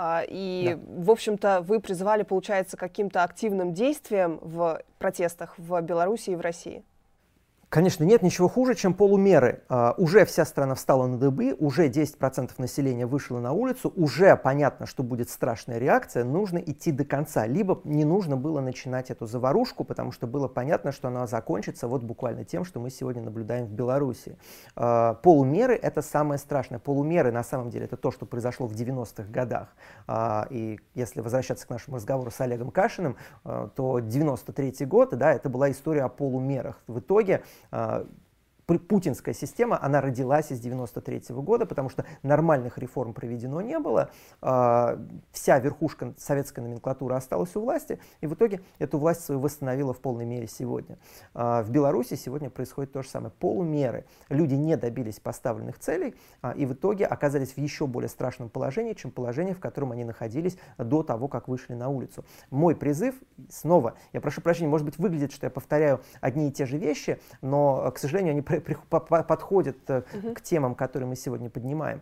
В общем-то, вы призывали, получается, каким-то активным действием в протестах в Беларуси и в России. Конечно, нет ничего хуже, чем полумеры. Уже вся страна встала на дыбы, уже 10% населения вышло на улицу, уже понятно, что будет страшная реакция, нужно идти до конца. Либо не нужно было начинать эту заварушку, потому что было понятно, что она закончится вот буквально тем, что мы сегодня наблюдаем в Беларуси. Полумеры — это самое страшное. Полумеры, на самом деле, это то, что произошло в 90-х годах. И если возвращаться к нашему разговору с Олегом Кашиным, то 93-й год, да, это была история о полумерах. В итоге путинская система, она родилась из 93-го года, потому что нормальных реформ проведено не было, вся верхушка советской номенклатуры осталась у власти, и в итоге эту власть свою восстановила в полной мере сегодня. В Беларуси сегодня происходит то же самое. Полумеры. Люди не добились поставленных целей, и в итоге оказались в еще более страшном положении, чем положение, в котором они находились до того, как вышли на улицу. Мой призыв, снова, я прошу прощения, может быть, выглядит, что я повторяю одни и те же вещи, но, к сожалению, они подходят к темам, которые мы сегодня поднимаем.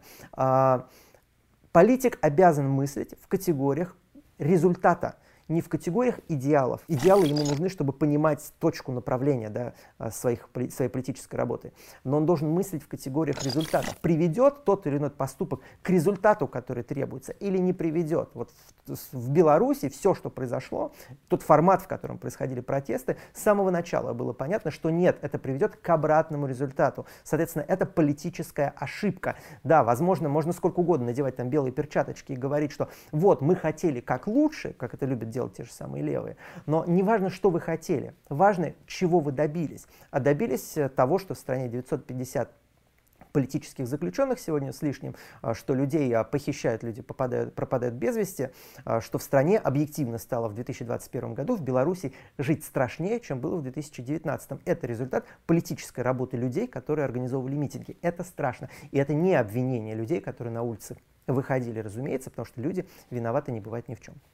Политик обязан мыслить в категориях результата, не в категориях идеалов. Идеалы ему нужны, чтобы понимать точку направления, да, своей политической работы. Но он должен мыслить в категориях результата. Приведет тот или иной поступок к результату, который требуется, или не приведет. Вот в Беларуси все, что произошло, тот формат, в котором происходили протесты, с самого начала было понятно, что нет, это приведет к обратному результату. Соответственно, это политическая ошибка. Да, возможно, можно сколько угодно надевать там белые перчаточки и говорить, что вот, мы хотели как лучше, как это любят делать те же самые левые. Но не важно, что вы хотели, важно, чего вы добились. А добились того, что в стране 950 политических заключенных сегодня с лишним, что людей похищают, люди пропадают без вести, что в стране объективно стало в 2021 году в Беларуси жить страшнее, чем было в 2019. Это результат политической работы людей, которые организовывали митинги. Это страшно. И это не обвинение людей, которые на улице выходили, разумеется, потому что люди виноваты не бывает ни в чем.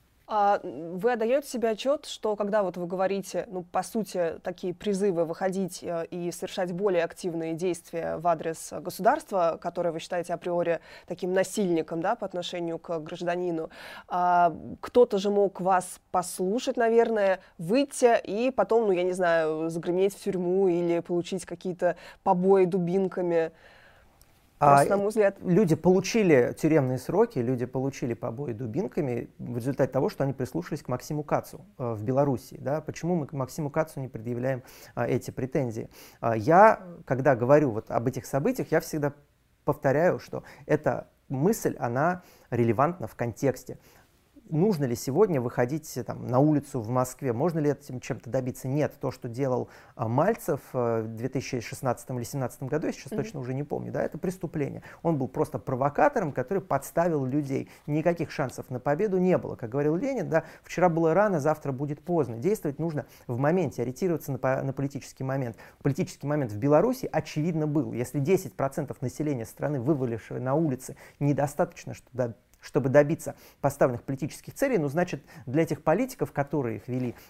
Вы отдаете себе отчет, что когда вот вы говорите, ну, по сути, такие призывы выходить и совершать более активные действия в адрес государства, которое вы считаете априори таким насильником, да, по отношению к гражданину, кто-то же мог вас послушать, наверное, выйти и потом, ну, я не знаю, загреметь в тюрьму или получить какие-то побои дубинками? Просто, на мой взгляд, люди получили тюремные сроки, люди получили побои дубинками в результате того, что они прислушались к Максиму Кацу в Беларуси. Да? Почему мы к Максиму Кацу не предъявляем эти претензии? Я, когда говорю вот об этих событиях, я всегда повторяю, что эта мысль, она релевантна в контексте. Нужно ли сегодня выходить там, на улицу в Москве? Можно ли этим чем-то добиться? Нет. То, что делал Мальцев в 2016 или 2017 году, я сейчас точно уже не помню, да, это преступление. Он был просто провокатором, который подставил людей. Никаких шансов на победу не было. Как говорил Ленин, да, вчера было рано, завтра будет поздно. Действовать нужно в моменте, ориентироваться на политический момент. Политический момент в Беларуси очевидно был. Если 10% населения страны, вывалившего на улицы, недостаточно, чтобы добиться поставленных политических целей, ну, значит, для этих политиков, которые их вели,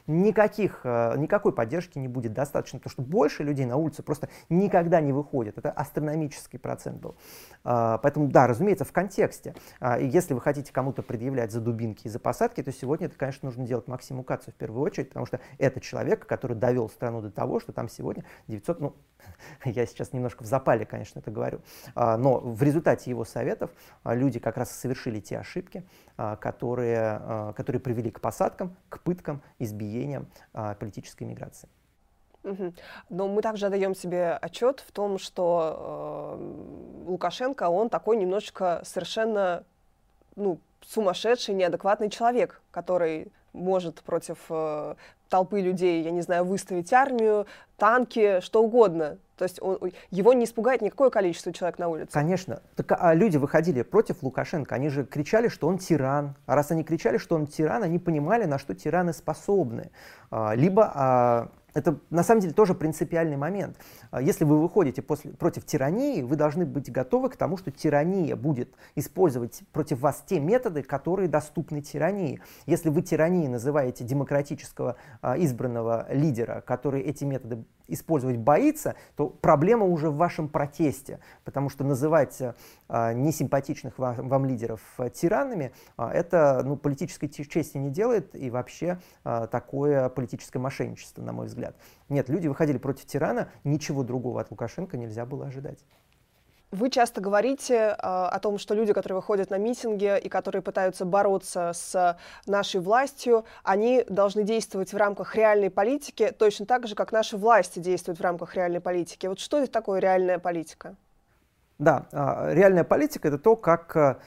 никакой поддержки не будет достаточно, потому что больше людей на улице просто никогда не выходит. Это астрономический процент был. Поэтому, да, разумеется, в контексте. И если вы хотите кому-то предъявлять за дубинки и за посадки, то сегодня это, конечно, нужно делать Максиму Кацу в первую очередь, потому что это человек, который довел страну до того, что там сегодня 900, ну, я сейчас немножко в запале, конечно, это говорю, но в результате его советов люди как раз совершили те ошибки, которые привели к посадкам, к пыткам, избиениям, политической миграции. Но мы также отдаем себе отчет в том, что Лукашенко, он такой немножечко совершенно, ну, сумасшедший, неадекватный человек, который может против толпы людей, я не знаю, выставить армию, танки, что угодно. То есть его не испугает никакое количество человек на улице. Конечно. Так, люди выходили против Лукашенко, они же кричали, что он тиран. А раз они кричали, что он тиран, они понимали, на что тираны способны. Либо Это на самом деле тоже принципиальный момент. Если вы выходите против тирании, вы должны быть готовы к тому, что тирания будет использовать против вас те методы, которые доступны тирании. Если вы тиранией называете демократического избранного лидера, который эти методы использовать боится, то проблема уже в вашем протесте, потому что называть несимпатичных вам лидеров тиранами, это политической чести не делает, и вообще такое политическое мошенничество, на мой взгляд. Нет, люди выходили против тирана, ничего другого от Лукашенко нельзя было ожидать. Вы часто говорите о том, что люди, которые выходят на митинги и которые пытаются бороться с нашей властью, они должны действовать в рамках реальной политики, точно так же, как наши власти действуют в рамках реальной политики. Вот что это такое реальная политика? Да, реальная политика — это то, как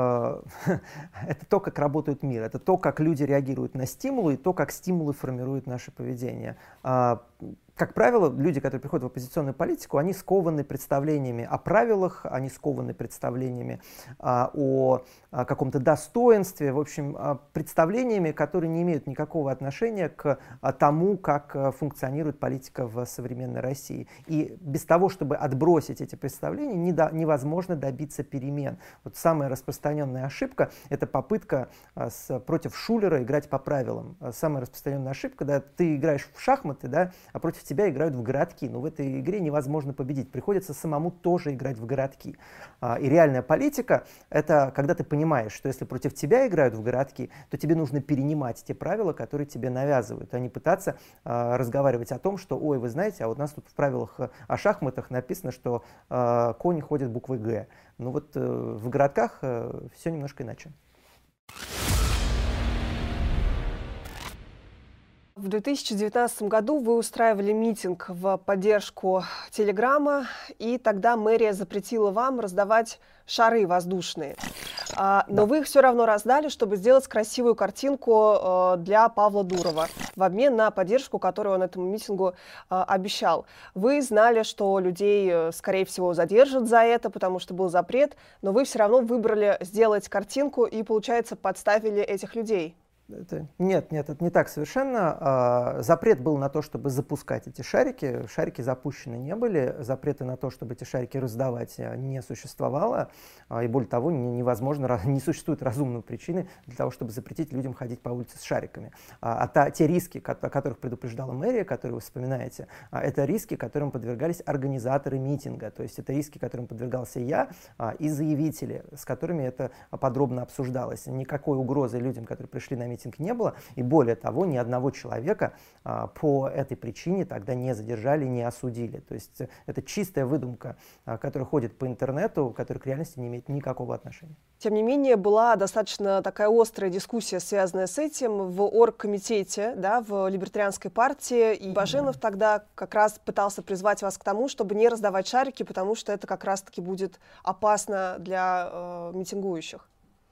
работает мир, это то, как люди реагируют на стимулы, и то, как стимулы формируют наше поведение. Как правило, люди, которые приходят в оппозиционную политику, они скованы представлениями о правилах, они скованы представлениями о каком-то достоинстве, в общем, представлениями, которые не имеют никакого отношения к тому, как функционирует политика в современной России. И без того, чтобы отбросить эти представления, невозможно добиться перемен. Вот самая распространенная ошибка — это попытка против Шулера играть по правилам. Самая распространенная ошибка, когда ты играешь в шахматы, да, а против тебя играют в городки. Но в этой игре невозможно победить. Приходится самому тоже играть в городки. И реальная политика — это когда ты понимаешь, что если против тебя играют в городки, то тебе нужно перенимать те правила, которые тебе навязывают, а не пытаться разговаривать о том, что, ой, вы знаете, а вот у нас тут в правилах о шахматах написано, что конь ходит буквой «Г». Ну вот в городках все немножко иначе. В 2019 году вы устраивали митинг в поддержку Телеграма, и тогда мэрия запретила вам раздавать шары воздушные. Но вы их все равно раздали, чтобы сделать красивую картинку для Павла Дурова в обмен на поддержку, которую он этому митингу обещал. Вы знали, что людей, скорее всего, задержат за это, потому что был запрет, но вы все равно выбрали сделать картинку и, получается, подставили этих людей. Нет, это не так совершенно. Запрет был на то, чтобы запускать эти шарики. Шарики запущены не были. Запрета на то, чтобы эти шарики раздавать, не существовало. И более того, невозможно, не существует разумной причины для того, чтобы запретить людям ходить по улице с шариками. Те риски, о которых предупреждала мэрия, которые вы вспоминаете, это риски, которым подвергались организаторы митинга. То есть это риски, которым подвергался я и заявители, с которыми это подробно обсуждалось. Никакой угрозы людям, которые пришли на митинг, не было, и более того, ни одного человека по этой причине тогда не задержали, не осудили. То есть это чистая выдумка, которая ходит по интернету, которая к реальности не имеет никакого отношения. Тем не менее, была достаточно такая острая дискуссия, связанная с этим, в оргкомитете, да, в Либертарианской партии, и Баженов тогда как раз пытался призвать вас к тому, чтобы не раздавать шарики, потому что это как раз-таки будет опасно для митингующих.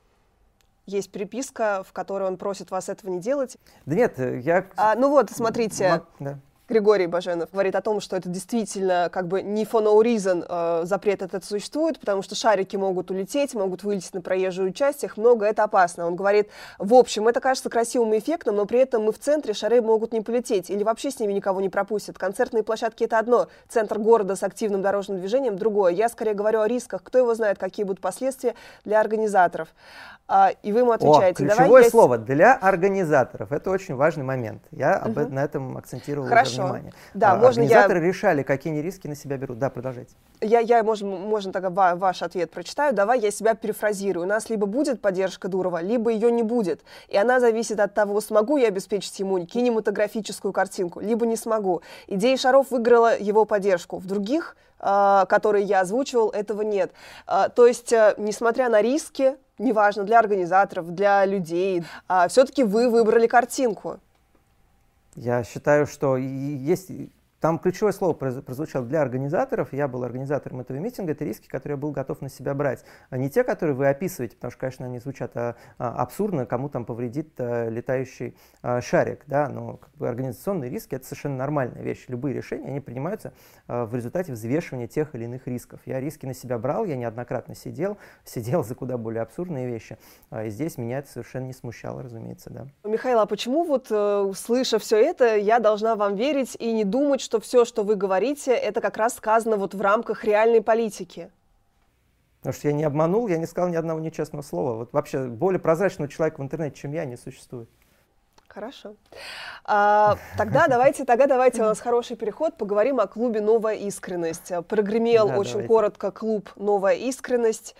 Есть переписка, в которой он просит вас этого не делать. Да нет, я... Ну вот, смотрите, да. Григорий Баженов говорит о том, что это действительно как бы не for no reason запрет этот существует, потому что шарики могут улететь, могут вылететь на проезжую часть, их много, это опасно. Он говорит, в общем, это кажется красивым и эффектным, но при этом мы в центре, шары могут не полететь или вообще с ними никого не пропустят. Концертные площадки — это одно, центр города с активным дорожным движением — другое. Я скорее говорю о рисках, кто его знает, какие будут последствия для организаторов. И вы ему отвечаете. Ключевое слово «для организаторов». Это очень важный момент. Я на этом акцентировал уже внимание. Да, организаторы решали, какие они риски на себя берут. Да, продолжайте. Можно тогда ваш ответ прочитаю. Давай я себя перефразирую. У нас либо будет поддержка Дурова, либо ее не будет. И она зависит от того, смогу я обеспечить ему кинематографическую картинку, либо не смогу. Идея шаров выиграла его поддержку. В других, которые я озвучивал, этого нет. То есть, несмотря на риски, неважно, для организаторов, для людей, все-таки вы выбрали картинку. Я считаю, что есть там ключевое слово прозвучало для организаторов. Я был организатором этого митинга. Это риски, которые я был готов на себя брать. А не те, которые вы описываете, потому что, конечно, они звучат абсурдно, кому там повредит летающий шарик. Да? Но как бы, организационные риски — это совершенно нормальная вещь. Любые решения, они принимаются в результате взвешивания тех или иных рисков. Я риски на себя брал, я неоднократно сидел за куда более абсурдные вещи. И здесь меня это совершенно не смущало, разумеется. Да. Михаил, а почему вот, слыша все это, я должна вам верить и не думать, что все, что вы говорите, это как раз сказано вот в рамках реальной политики? Потому что я не обманул, я не сказал ни одного нечестного слова. Вот вообще более прозрачного человека в интернете, чем я, не существует. Хорошо. Тогда давайте, у нас хороший переход, поговорим о клубе «Новая искренность». Прогремел очень коротко клуб «Новая искренность».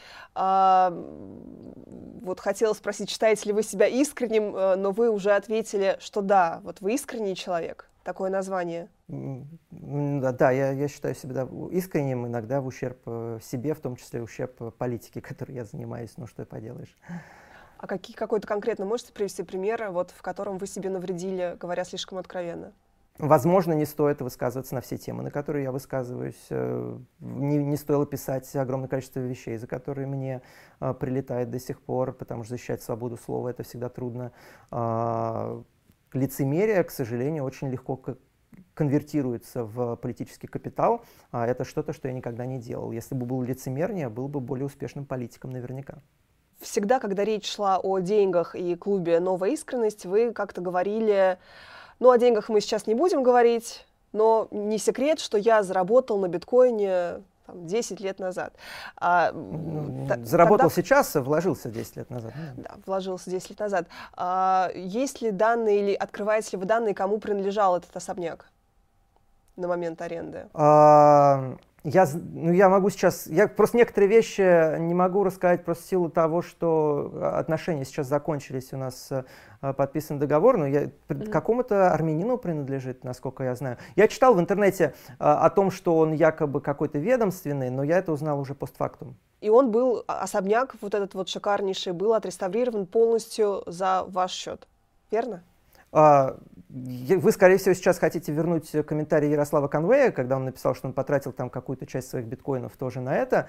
Вот хотела спросить, считаете ли вы себя искренним, но вы уже ответили, что да, вот вы искренний человек. Такое название. Да, я считаю себя искренним, иногда в ущерб себе, в том числе в ущерб политике, которой я занимаюсь. Ну, что поделаешь. А какой-то конкретно можете привести пример, вот, в котором вы себе навредили, говоря слишком откровенно? Возможно, не стоит высказываться на все темы, на которые я высказываюсь. Не стоило писать огромное количество вещей, за которые мне прилетает до сих пор, потому что защищать свободу слова — это всегда трудно. Лицемерие, к сожалению, очень легко конвертируется в политический капитал. Это что-то, что я никогда не делал. Если бы был лицемернее, был бы более успешным политиком наверняка. Всегда, когда речь шла о деньгах и клубе «Новая искренность», вы как-то говорили, ну, о деньгах мы сейчас не будем говорить, но не секрет, что я заработал на биткоине 10 лет назад. Заработал сейчас, вложился 10 лет назад. Да, вложился 10 лет назад. Есть ли данные или открываете ли вы данные, кому принадлежал этот особняк на момент аренды? Я могу сейчас, я просто некоторые вещи не могу рассказать просто в силу того, что отношения сейчас закончились, у нас подписан договор, но какому-то армянину принадлежит, насколько я знаю. Я читал в интернете о том, что он якобы какой-то ведомственный, но я это узнал уже постфактум. И он был, особняк вот этот вот шикарнейший, был отреставрирован полностью за ваш счет, верно? Вы, скорее всего, сейчас хотите вернуть комментарий Ярослава Конвея, когда он написал, что он потратил там какую-то часть своих биткоинов тоже на это.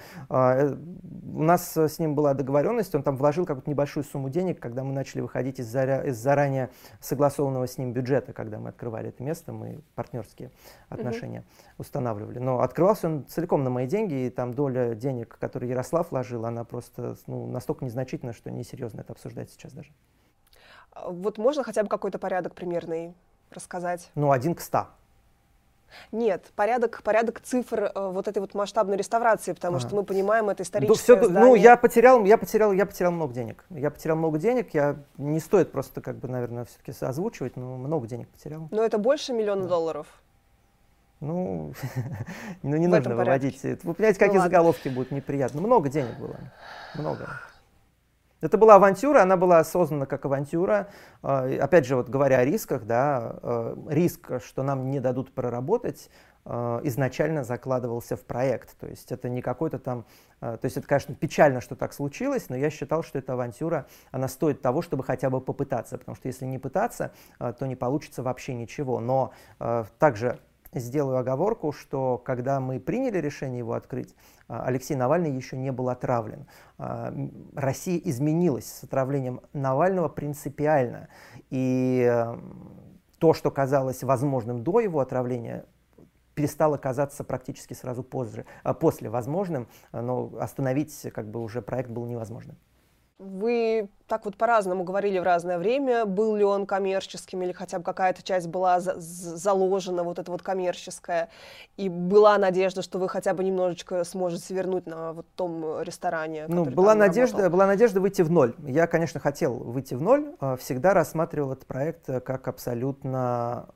У нас с ним была договоренность, он там вложил какую-то небольшую сумму денег, когда мы начали выходить из заранее согласованного с ним бюджета, когда мы открывали это место, мы партнерские отношения устанавливали. Но открывался он целиком на мои деньги, и там доля денег, которые Ярослав вложил, она просто настолько незначительна, что несерьезно это обсуждать сейчас даже. Вот можно хотя бы какой-то порядок примерный рассказать? 1 к 100. Нет, порядок цифр вот этой вот масштабной реставрации, потому что мы понимаем, это историческое здание. Я потерял много денег. Не стоит просто, наверное, все-таки озвучивать, но много денег потерял. Но это больше $1 миллиона? Не нужно выводить. Вы понимаете, какие заголовки будут неприятны. Много денег было. Много. Это была авантюра, она была осознана как авантюра. Опять же, говоря о рисках, риск, что нам не дадут проработать, изначально закладывался в проект. То есть это не какой-то там... То есть это, конечно, печально, что так случилось, но я считал, что эта авантюра, она стоит того, чтобы хотя бы попытаться. Потому что если не пытаться, то не получится вообще ничего. Но также сделаю оговорку, что когда мы приняли решение его открыть, Алексей Навальный еще не был отравлен. Россия изменилась с отравлением Навального принципиально. И то, что казалось возможным до его отравления, перестало казаться практически сразу после возможным, но остановить уже проект было невозможно. Вы так вот по-разному говорили в разное время, был ли он коммерческим или хотя бы какая-то часть была заложена, вот эта вот коммерческая, и была надежда, что вы хотя бы немножечко сможете вернуть на вот том ресторане, который была надежда выйти в ноль. Я, конечно, хотел выйти в ноль, всегда рассматривал этот проект как абсолютно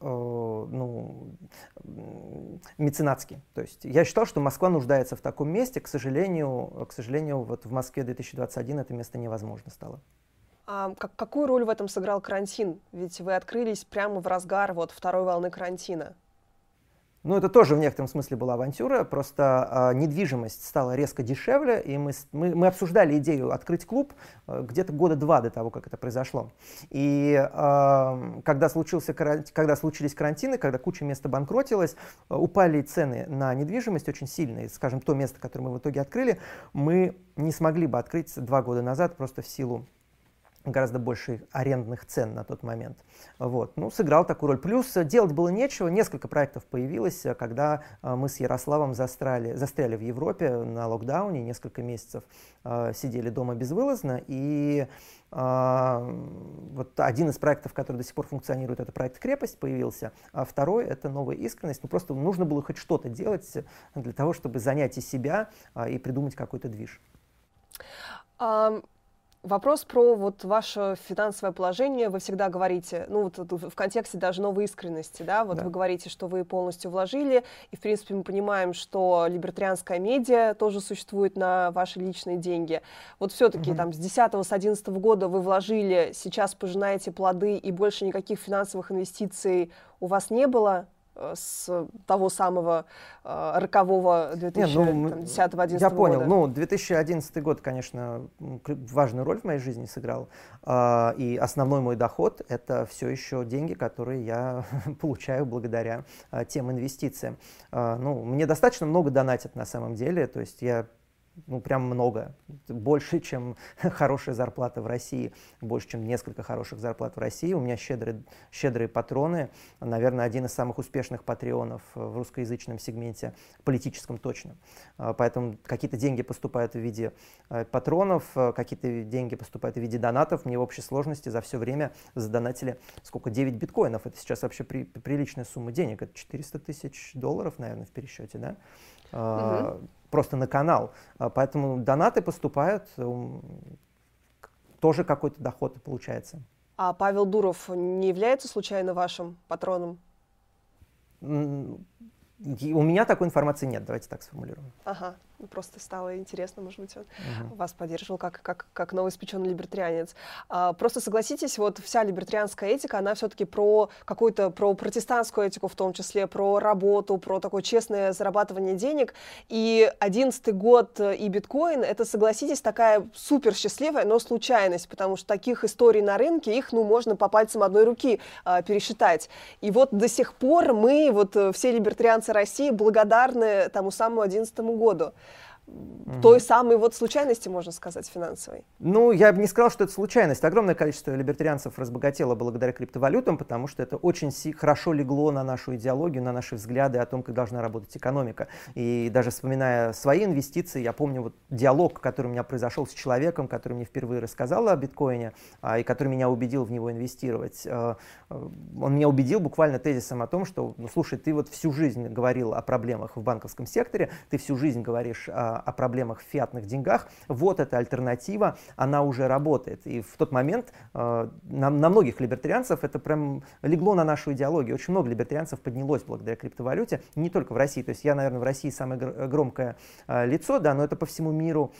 меценатский. То есть я считал, что Москва нуждается в таком месте, к сожалению, вот в Москве 2021 это место невозможно стало. А какую роль в этом сыграл карантин? Ведь вы открылись прямо в разгар второй волны карантина. Ну, это тоже в некотором смысле была авантюра, просто недвижимость стала резко дешевле, и мы обсуждали идею открыть клуб где-то года 2 до того, как это произошло. И когда случились карантины, когда куча мест обанкротилась, упали цены на недвижимость очень сильно. И, скажем, то место, которое мы в итоге открыли, мы не смогли бы открыть 2 года назад просто в силу гораздо больше арендных цен на тот момент. Вот. Ну, сыграл такую роль. Плюс делать было нечего, несколько проектов появилось, когда мы с Ярославом застряли в Европе на локдауне, несколько месяцев сидели дома безвылазно, и вот один из проектов, который до сих пор функционирует, это проект «Крепость» появился, а второй — это «Новая искренность». Ну, просто нужно было хоть что-то делать для того, чтобы занять и себя, и придумать какой-то движ. Вопрос про вот ваше финансовое положение. Вы всегда говорите, ну вот в контексте даже новой искренности, да, вот да. Вы говорите, что вы полностью вложили, и в принципе мы понимаем, что либертарианская медиа тоже существует на ваши личные деньги. Вот все-таки там с 10-11 года вы вложили, сейчас пожинаете плоды, и больше никаких финансовых инвестиций у вас не было с того самого рокового 2010-2011 года? Я понял. Ну, 2011 год, конечно, важную роль в моей жизни сыграл. И основной мой доход — это все еще деньги, которые я получаю благодаря тем инвестициям. Ну, мне достаточно много донатят на самом деле, то есть я прям много, больше, чем хорошая зарплата в России, больше, чем несколько хороших зарплат в России. У меня щедрые патроны, наверное, один из самых успешных патреонов в русскоязычном сегменте, политическом точно. Поэтому какие-то деньги поступают в виде патронов, какие-то деньги поступают в виде донатов. Мне в общей сложности за все время задонатили, сколько, 9 биткоинов. Это сейчас вообще приличная сумма денег, это $400 тысяч, наверное, в пересчете, да? Просто на канал. Поэтому донаты поступают, тоже какой-то доход получается. А Павел Дуров не является случайно вашим патроном? У меня такой информации нет, давайте так сформулируем. Ага, просто стало интересно, может быть, он вас поддерживал как новоиспеченный либертарианец. Просто согласитесь, вот вся либертарианская этика, она все-таки про протестантскую этику, в том числе про работу, про такое честное зарабатывание денег. И 11-й год и биткоин — это, согласитесь, такая супер счастливая, но случайность, потому что таких историй на рынке, их, можно по пальцам одной руки пересчитать. И вот до сих пор мы, вот все либертарианцы России, благодарны тому самому 2011 году. Той самой вот случайности, можно сказать, финансовой. Ну, я бы не сказал, что это случайность. Огромное количество либертарианцев разбогатело благодаря криптовалютам, потому что это очень хорошо легло на нашу идеологию, на наши взгляды о том, как должна работать экономика. И даже вспоминая свои инвестиции, я помню вот диалог, который у меня произошел с человеком, который мне впервые рассказал о биткоине, и который меня убедил в него инвестировать. Он меня убедил буквально тезисом о том, что, слушай, ты вот всю жизнь говорил о проблемах в банковском секторе, ты всю жизнь говоришь о проблемах в фиатных деньгах, вот эта альтернатива, она уже работает. И в тот момент на многих либертарианцев это прям легло на нашу идеологию. Очень много либертарианцев поднялось благодаря криптовалюте, не только в России. То есть я, наверное, в России самое громкое лицо, да, но это по всему миру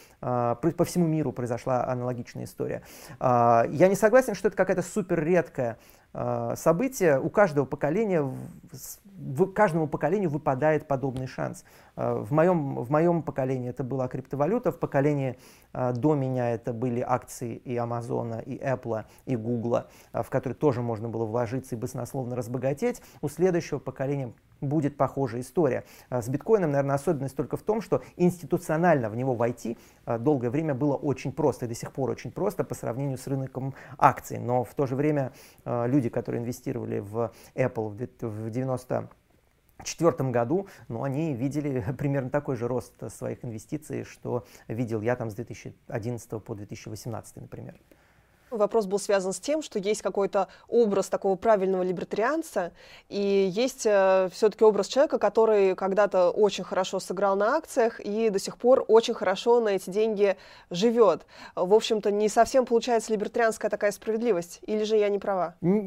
произошла аналогичная история. Я не согласен, что это какая-то супер редкая событие. У каждого поколения, каждому поколению выпадает подобный шанс. В моем поколении это была криптовалюта, в поколении до меня это были акции и Амазона, и Apple, и Google, в которые тоже можно было вложиться и баснословно разбогатеть. У следующего поколения будет похожая история. С биткоином, наверное, особенность только в том, что институционально в него войти долгое время было очень просто, и до сих пор очень просто по сравнению с рынком акций. Но в то же время люди, которые инвестировали в Apple в 1994 году, они видели примерно такой же рост своих инвестиций, что видел я там с 2011 по 2018, например. Вопрос был связан с тем, что есть какой-то образ такого правильного либертарианца, и есть все-таки образ человека, который когда-то очень хорошо сыграл на акциях и до сих пор очень хорошо на эти деньги живет. В общем-то, не совсем получается либертарианская такая справедливость, или же я не права?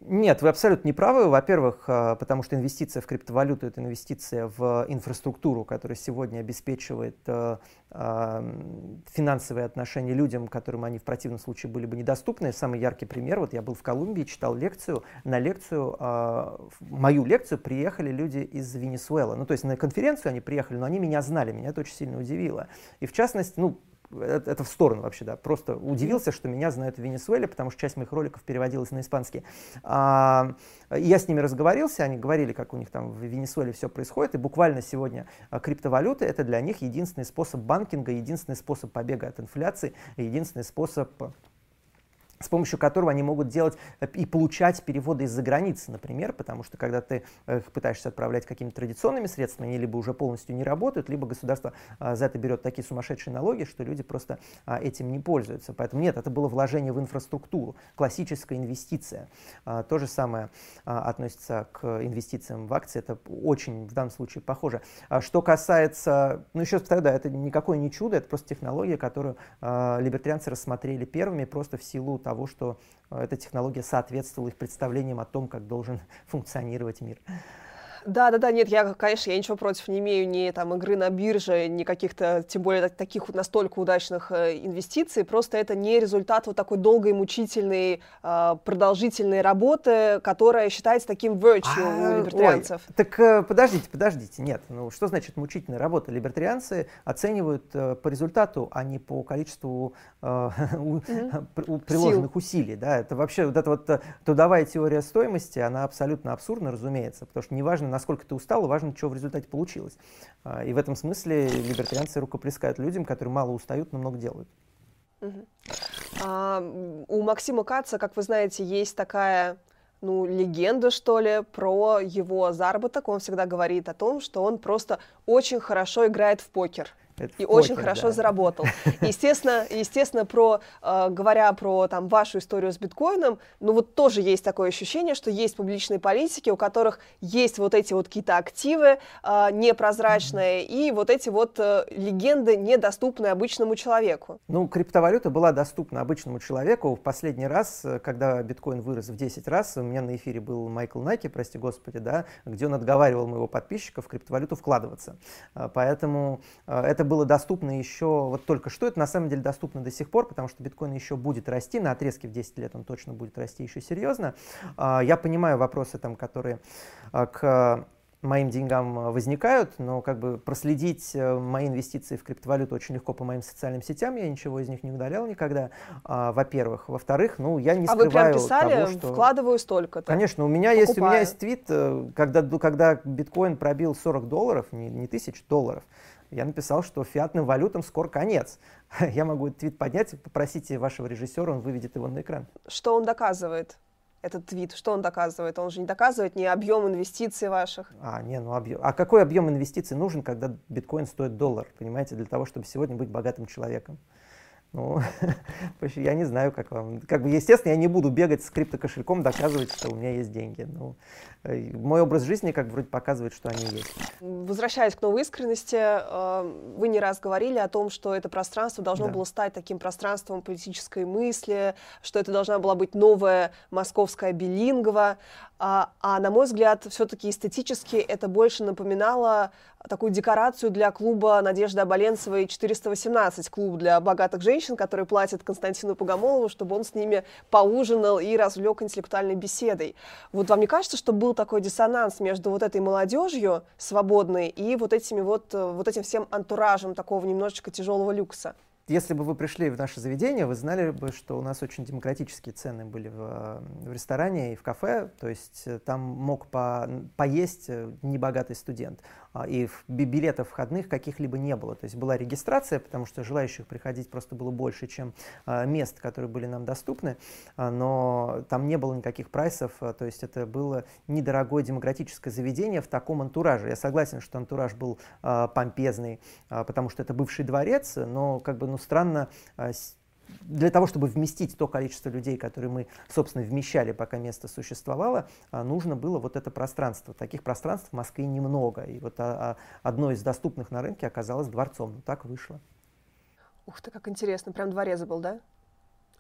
Нет, вы абсолютно не правы. Во-первых, потому что инвестиция в криптовалюту — это инвестиция в инфраструктуру, которая сегодня обеспечивает финансовые отношения людям, которым они в противном случае были бы недоступны. Самый яркий пример: вот я был в Колумбии, читал лекцию. На мою лекцию приехали люди из Венесуэлы. Ну, то есть на конференцию они приехали, но они меня знали, меня это очень сильно удивило. И в частности, это в сторону вообще, да, просто удивился, что меня знают в Венесуэле, потому что часть моих роликов переводилась на испанский. Я с ними разговорился, они говорили, как у них там в Венесуэле все происходит, и буквально сегодня криптовалюты — это для них единственный способ банкинга, единственный способ побега от инфляции, единственный способ, с помощью которого они могут делать и получать переводы из-за границы, например, потому что когда ты их пытаешься отправлять какими-то традиционными средствами, они либо уже полностью не работают, либо государство за это берет такие сумасшедшие налоги, что люди просто этим не пользуются. Поэтому нет, это было вложение в инфраструктуру, классическая инвестиция. То же самое относится к инвестициям в акции, это очень в данном случае похоже. Что касается, еще раз повторяю, да, это никакое не чудо, это просто технология, которую либертарианцы рассмотрели первыми просто в силу того, что эта технология соответствовала их представлениям о том, как должен функционировать мир. Да, нет, конечно, я ничего против не имею ни там игры на бирже, ни каких-то, тем более таких настолько удачных инвестиций, просто это не результат вот такой долгой, мучительной, продолжительной работы, которая считается таким virtue у либертарианцев. Так подождите, нет, что значит мучительная работа? Либертарианцы оценивают по результату, а не по количеству приложенных усилий, да, это вообще вот эта вот трудовая теория стоимости, она абсолютно абсурдна, разумеется, потому что неважно, насколько ты устал, важно, что в результате получилось. И в этом смысле либертарианцы рукоплескают людям, которые мало устают, но много делают. У Максима Каца, как вы знаете, есть такая легенда, что ли, про его заработок. Он всегда говорит о том, что он просто очень хорошо играет в покер. Очень хорошо заработал. Естественно, говоря про вашу историю с биткоином, вот тоже есть такое ощущение, что есть публичные политики, у которых есть вот эти вот какие-то активы непрозрачные и вот эти вот легенды, недоступные обычному человеку. Криптовалюта была доступна обычному человеку. В последний раз, когда биткоин вырос в 10 раз, у меня на эфире был Майкл Наки, прости господи, да, где он отговаривал моего подписчика в криптовалюту вкладываться. Поэтому это было доступно еще, вот только что, это на самом деле доступно до сих пор, потому что биткоин еще будет расти, на отрезке в 10 лет он точно будет расти еще серьезно. Я понимаю вопросы, которые к моим деньгам возникают, но проследить мои инвестиции в криптовалюту очень легко по моим социальным сетям, я ничего из них не удалял никогда, во-первых. Во-вторых, я не скрываю того, что... А вы прям писали, вкладываю столько-то? Конечно, у меня есть твит, когда биткоин пробил $40, не $1000, я написал, что фиатным валютам скоро конец. Я могу этот твит поднять, попросите вашего режиссера, он выведет его на экран. Что он доказывает, этот твит? Что он доказывает? Он же не доказывает ни объем инвестиций ваших. А какой объем инвестиций нужен, когда биткоин стоит $1, понимаете, для того, чтобы сегодня быть богатым человеком? Я не знаю, как вам. Естественно, я не буду бегать с криптокошельком, доказывать, что у меня есть деньги. Мой образ жизни вроде показывает, что они есть. Возвращаясь к новой искренности, вы не раз говорили о том, что это пространство должно было стать таким пространством политической мысли, что это должна была быть новая московская билингва. А на мой взгляд, все-таки эстетически это больше напоминало такую декорацию для клуба Надежды Оболенцевой 418, клуб для богатых женщин, которые платят Константину Богомолову, чтобы он с ними поужинал и развлек интеллектуальной беседой. Вот вам не кажется, что был такой диссонанс между вот этой молодежью свободной и вот этим всем антуражем такого немножечко тяжелого люкса? Если бы вы пришли в наше заведение, вы знали бы, что у нас очень демократические цены были в ресторане и в кафе, то есть там мог поесть небогатый студент, и билетов входных каких-либо не было, то есть была регистрация, потому что желающих приходить просто было больше, чем мест, которые были нам доступны, но там не было никаких прайсов, то есть это было недорогое демократическое заведение в таком антураже. Я согласен, что антураж был помпезный, потому что это бывший дворец, но странно, для того, чтобы вместить то количество людей, которые мы, собственно, вмещали, пока место существовало, нужно было вот это пространство. Таких пространств в Москве немного. И одно из доступных на рынке оказалось дворцом. Так вышло. Ух ты, как интересно. Прям дворец был, да?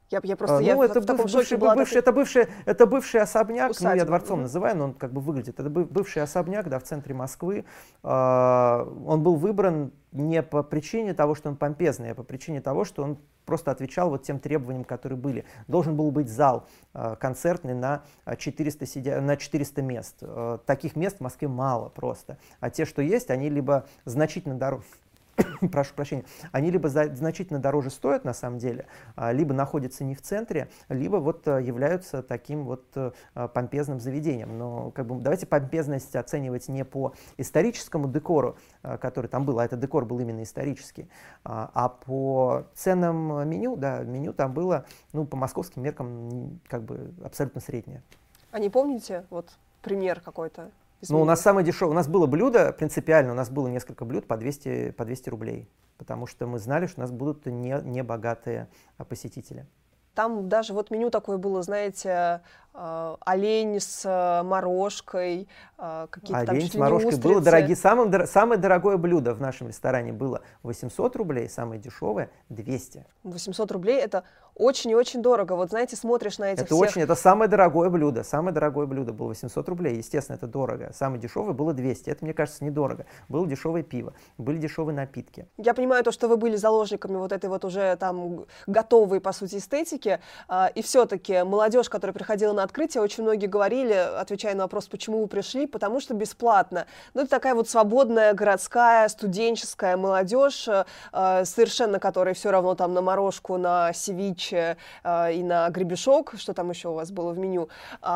Я просто я в таком шоке была. Это бывший особняк, усадьба. Ну, я дворцом называю, но он как бы выглядит. Это бывший особняк, да, в центре Москвы. Он был выбран не по причине того, что он помпезный, а по причине того, что он просто отвечал вот тем требованиям, которые были. Должен был быть зал концертный на 400 мест. Таких мест в Москве мало просто. А те, что есть, они либо значительно дороже, прошу прощения, они либо значительно дороже стоят на самом деле, либо находятся не в центре, либо вот являются таким вот помпезным заведением. Но как бы давайте помпезность оценивать не по историческому декору, который там был, а этот декор был именно исторический, а по ценам меню, да, меню там было, ну, по московским меркам как бы абсолютно среднее. А не помните вот пример какой-то? Ну, у нас самое дешевое, у нас было блюдо принципиально, у нас было несколько блюд по 200 рублей, потому что мы знали, что у нас будут не богатые посетители. Там даже вот меню такое было, знаете, олень с морожкой, какие-то там чуть ли не устрицы. Было самое дорогое блюдо в нашем ресторане было 800 рублей, самое дешевое 200. 800 рублей — это очень и очень дорого. Вот знаете, смотришь на этих всех... Это самое дорогое блюдо было 800 рублей, естественно, это дорого. Самое дешевое было 200, это, мне кажется, недорого. Было дешевое пиво, были дешевые напитки. Я понимаю то, что вы были заложниками вот этой вот уже там готовой, по сути, эстетики, и все-таки молодежь, которая приходила на открытие, очень многие говорили, отвечая на вопрос, почему вы пришли, потому что бесплатно. Ну, это такая вот свободная городская, студенческая молодежь, совершенно которая все равно там на морожку, на севиче и на гребешок, что там еще у вас было в меню.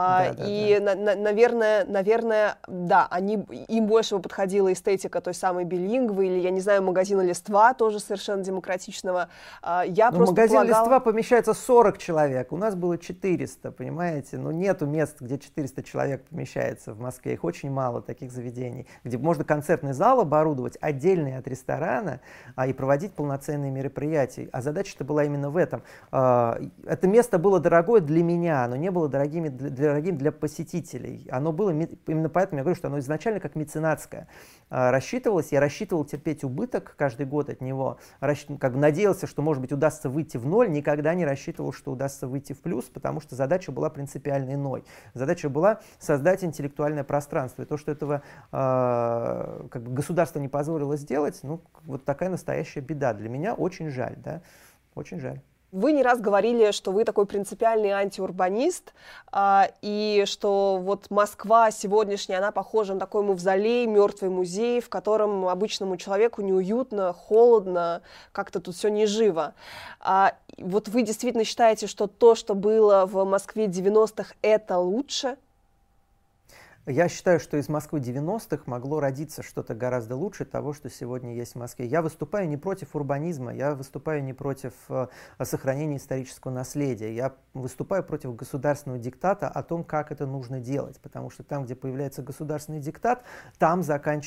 Наверное, да, им больше бы подходила эстетика той самой билингвы, или, я не знаю, магазина «Листва», тоже совершенно демократичного. Магазин «Листва» помещается 40 человек, у нас было 400, понимаете? Ну, нету мест, где 400 человек помещается в Москве, их очень мало, таких заведений, где можно концертный зал оборудовать отдельный от ресторана и проводить полноценные мероприятия. А задача-то была именно в этом. Это место было дорогое для меня, оно не было дорогим для посетителей. Оно было, именно поэтому я говорю, что оно изначально как меценатское рассчитывалось. Я рассчитывал терпеть убыток каждый год от него, как бы надеялся, что, может быть, удастся выйти в ноль, никогда не рассчитывал, что удастся выйти в плюс, потому что задача была принципиально иной. Задача была создать интеллектуальное пространство. И то, что этого как бы государство не позволило сделать, ну, вот такая настоящая беда. Для меня очень жаль, да, очень жаль. Вы не раз говорили, что вы такой принципиальный антиурбанист, и что вот Москва сегодняшняя, она похожа на такой мавзолей, мертвый музей, в котором обычному человеку неуютно, холодно, как-то тут все не живо. Вот вы действительно считаете, что то, что было в Москве 90-х, это лучше? Я считаю, что из Москвы 90-х могло родиться что-то гораздо лучше того, что сегодня есть в Москве. Я выступаю не против урбанизма, я выступаю не против сохранения исторического наследия, я выступаю против государственного диктата о том, как это нужно делать, потому что там, где появляется государственный диктат, там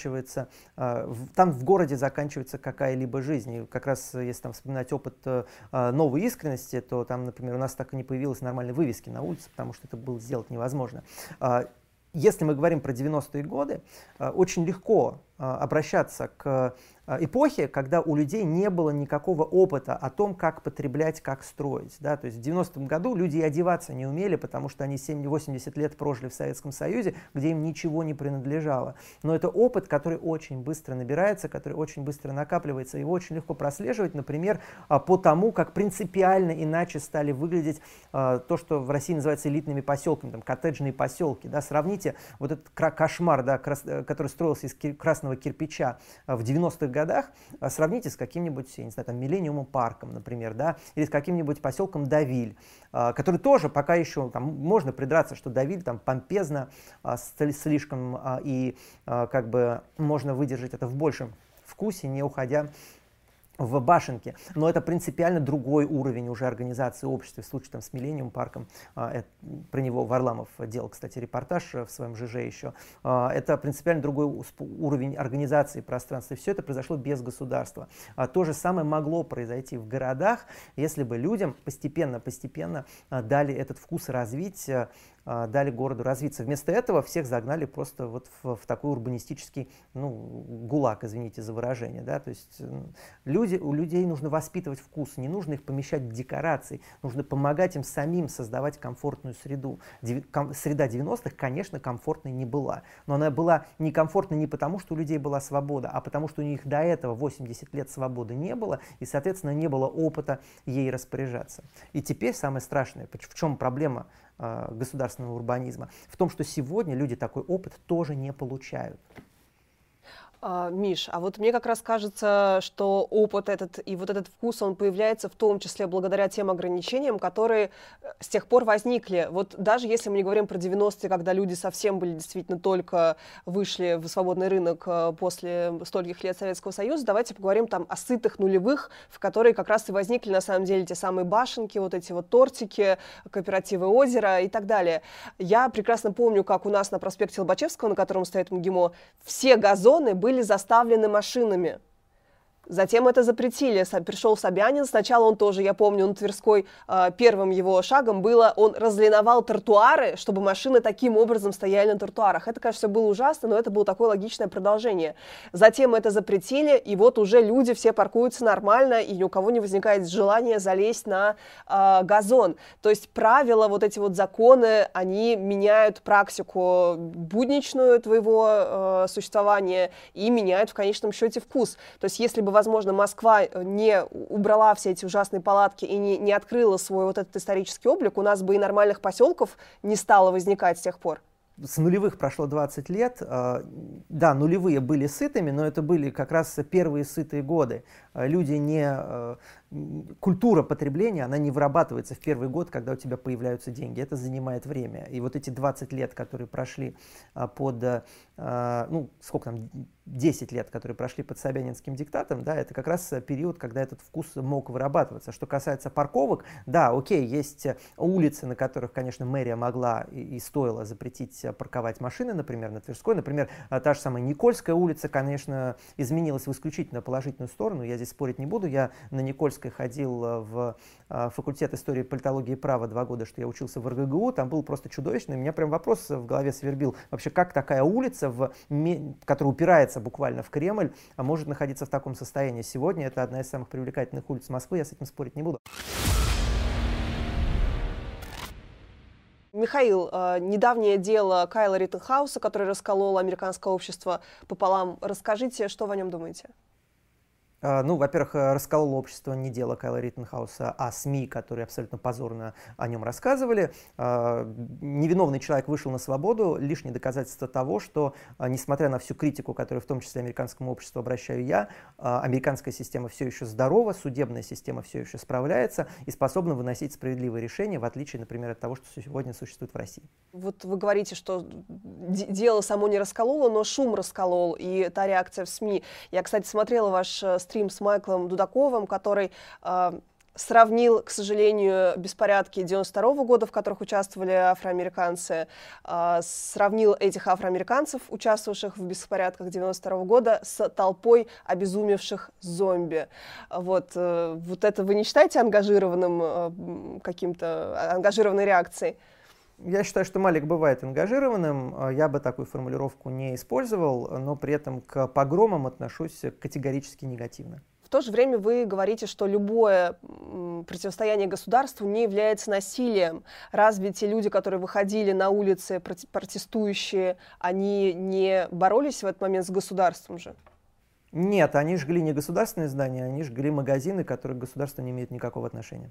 в городе заканчивается какая-либо жизнь. И как раз, если там вспоминать опыт новой искренности, то там, например, у нас так и не появилось нормальной вывески на улице, потому что это было сделать невозможно. Если мы говорим про 90-е годы, очень легко обращаться к эпохе, когда у людей не было никакого опыта о том, как потреблять, как строить. Да? То есть в 90-м году люди и одеваться не умели, потому что они 70-80 лет прожили в Советском Союзе, где им ничего не принадлежало. Но это опыт, который очень быстро набирается, который очень быстро накапливается. Его очень легко прослеживать, например, по тому, как принципиально иначе стали выглядеть то, что в России называется элитными поселками, там, коттеджные поселки. Да? Сравните вот этот кошмар, да, который строился из красного кирпича в 90-х годах, сравните с каким-нибудь, я не знаю, там, Миллениумом парком, например, да, или с каким-нибудь поселком Давиль, который тоже пока еще, там, можно придраться, что Давиль там помпезно слишком, и как бы можно выдержать это в большем вкусе, не уходя в башенке. Но это принципиально другой уровень уже организации общества. В случае там, с Миллениум парком, про него Варламов делал, кстати, репортаж в своем ЖЖ еще. Это принципиально другой уровень организации пространства. И все это произошло без государства. То же самое могло произойти в городах, если бы людям постепенно дали этот вкус развить дали городу развиться. Вместо этого всех загнали просто вот в такой урбанистический, гулаг, извините за выражение. Да? То есть у людей нужно воспитывать вкус, не нужно их помещать в декорации, нужно помогать им самим создавать комфортную среду. Среда 90-х, конечно, комфортной не была, но она была некомфортной не потому, что у людей была свобода, а потому, что у них до этого 80 лет свободы не было, и, соответственно, не было опыта ей распоряжаться. И теперь самое страшное, в чем проблема государственного урбанизма? В том, что сегодня люди такой опыт тоже не получают. Миш, а вот мне как раз кажется, что опыт этот и вот этот вкус, он появляется в том числе благодаря тем ограничениям, которые с тех пор возникли. Вот даже если мы не говорим про 90-е, когда люди совсем были действительно только вышли в свободный рынок после стольких лет Советского Союза, давайте поговорим там о сытых нулевых, в которые как раз и возникли на самом деле те самые башенки, вот эти вот тортики, кооперативы озера и так далее. Я прекрасно помню, как у нас на проспекте Лобачевского, на котором стоит МГИМО, все газоны были заставлены машинами. Затем это запретили. Пришел Собянин, сначала он тоже, я помню, на Тверской первым его шагом было, он разлиновал тротуары, чтобы машины таким образом стояли на тротуарах. Это, конечно, было ужасно, но это было такое логичное продолжение. Затем это запретили, и вот уже люди все паркуются нормально, и ни у кого не возникает желания залезть на газон. То есть правила, вот эти вот законы, они меняют практику будничную твоего существования и меняют в конечном счете вкус. То есть если бы, возможно, Москва не убрала все эти ужасные палатки и не открыла свой вот этот исторический облик, у нас бы и нормальных поселков не стало возникать с тех пор. С нулевых прошло 20 лет. Да, нулевые были сытыми, но это были как раз первые сытые годы. Люди не... Культура потребления, она не вырабатывается в первый год, когда у тебя появляются деньги. Это занимает время. И вот эти 20 лет, которые прошли под... сколько там, 10 лет, которые прошли под собянинским диктатом, да, это как раз период, когда этот вкус мог вырабатываться. Что касается парковок, да, окей, есть улицы, на которых, конечно, мэрия могла и стоило запретить парковать машины, например, на Тверской. Например, та же самая Никольская улица, конечно, изменилась в исключительно положительную сторону. Я здесь спорить не буду. Я на Никольской ходил в факультет истории, политологии и права 2 года, что я учился в РГГУ. Там был просто чудовищный. У меня прям вопрос в голове свербил. Вообще, как такая улица, которая упирается буквально в Кремль, может находиться в таком состоянии? Сегодня это одна из самых привлекательных улиц Москвы. Я с этим спорить не буду. Михаил, недавнее дело Кайла Риттенхауса, который расколол американское общество пополам. Расскажите, что вы о нем думаете? Во-первых, расколол общество не дело Кайла Риттенхауса, а СМИ, которые абсолютно позорно о нем рассказывали. Невиновный человек вышел на свободу. Лишнее доказательство того, что, несмотря на всю критику, которую в том числе американскому обществу обращаю я, американская система все еще здорова, судебная система все еще справляется и способна выносить справедливые решения, в отличие, например, от того, что сегодня существует в России. Вот вы говорите, что дело само не раскололо, но шум расколол, и та реакция в СМИ. Я, кстати, смотрела ваш стрим с Майклом Дудаковым, который сравнил, к сожалению, беспорядки 92 года, в которых участвовали афроамериканцы, сравнил этих афроамериканцев, участвовавших в беспорядках 92 года, с толпой обезумевших зомби. Вот это вы не считаете ангажированным ангажированной реакцией? Я считаю, что Малик бывает ангажированным. Я бы такую формулировку не использовал, но при этом к погромам отношусь категорически негативно. В то же время вы говорите, что любое противостояние государству не является насилием. Разве те люди, которые выходили на улицы, протестующие, они не боролись в этот момент с государством же? Нет, они жгли не государственные здания, они жгли магазины, которые к государству не имеют никакого отношения.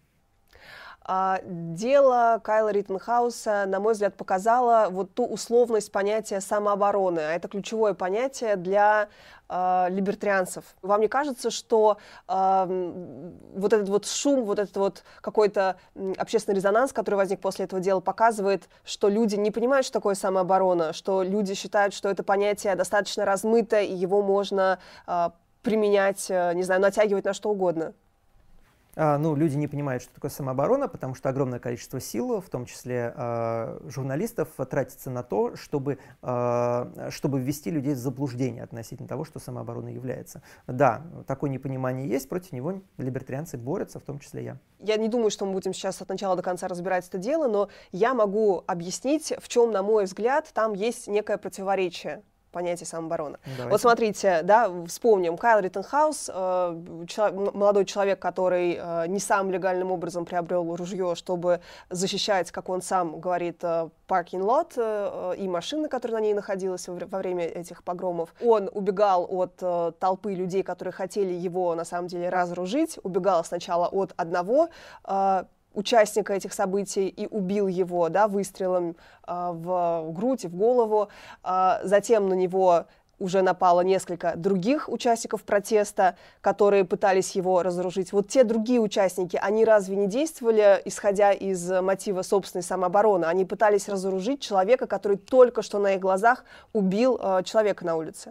Дело Кайла Риттенхауса, на мой взгляд, показало вот ту условность понятия самообороны. А это ключевое понятие для либертарианцев. Вам не кажется, что вот этот вот шум, вот этот вот какой-то общественный резонанс, который возник после этого дела, показывает, что люди не понимают, что такое самооборона, что люди считают, что это понятие достаточно размыто, и его можно применять, не знаю, натягивать на что угодно? Ну, люди не понимают, что такое самооборона, потому что огромное количество сил, в том числе журналистов, тратится на то, чтобы ввести людей в заблуждение относительно того, что самообороной является. Да, такое непонимание есть, против него либертарианцы борются, в том числе я. Я не думаю, что мы будем сейчас от начала до конца разбирать это дело, но я могу объяснить, в чем, на мой взгляд, там есть некое противоречие понятие самообороны. Давайте. Вот смотрите, да, вспомним, Кайл Риттенхаус, молодой человек, который не сам легальным образом приобрел ружье, чтобы защищать, как он сам говорит, паркинг-лот и машины, которая на ней находилась во время этих погромов. Он убегал от толпы людей, которые хотели его, на самом деле, разоружить, убегал сначала от одного участника этих событий и убил его, да, выстрелом в грудь и в голову. Затем на него уже напало несколько других участников протеста, которые пытались его разоружить. Вот те другие участники, они разве не действовали, исходя из мотива собственной самообороны? Они пытались разоружить человека, который только что на их глазах убил человека на улице.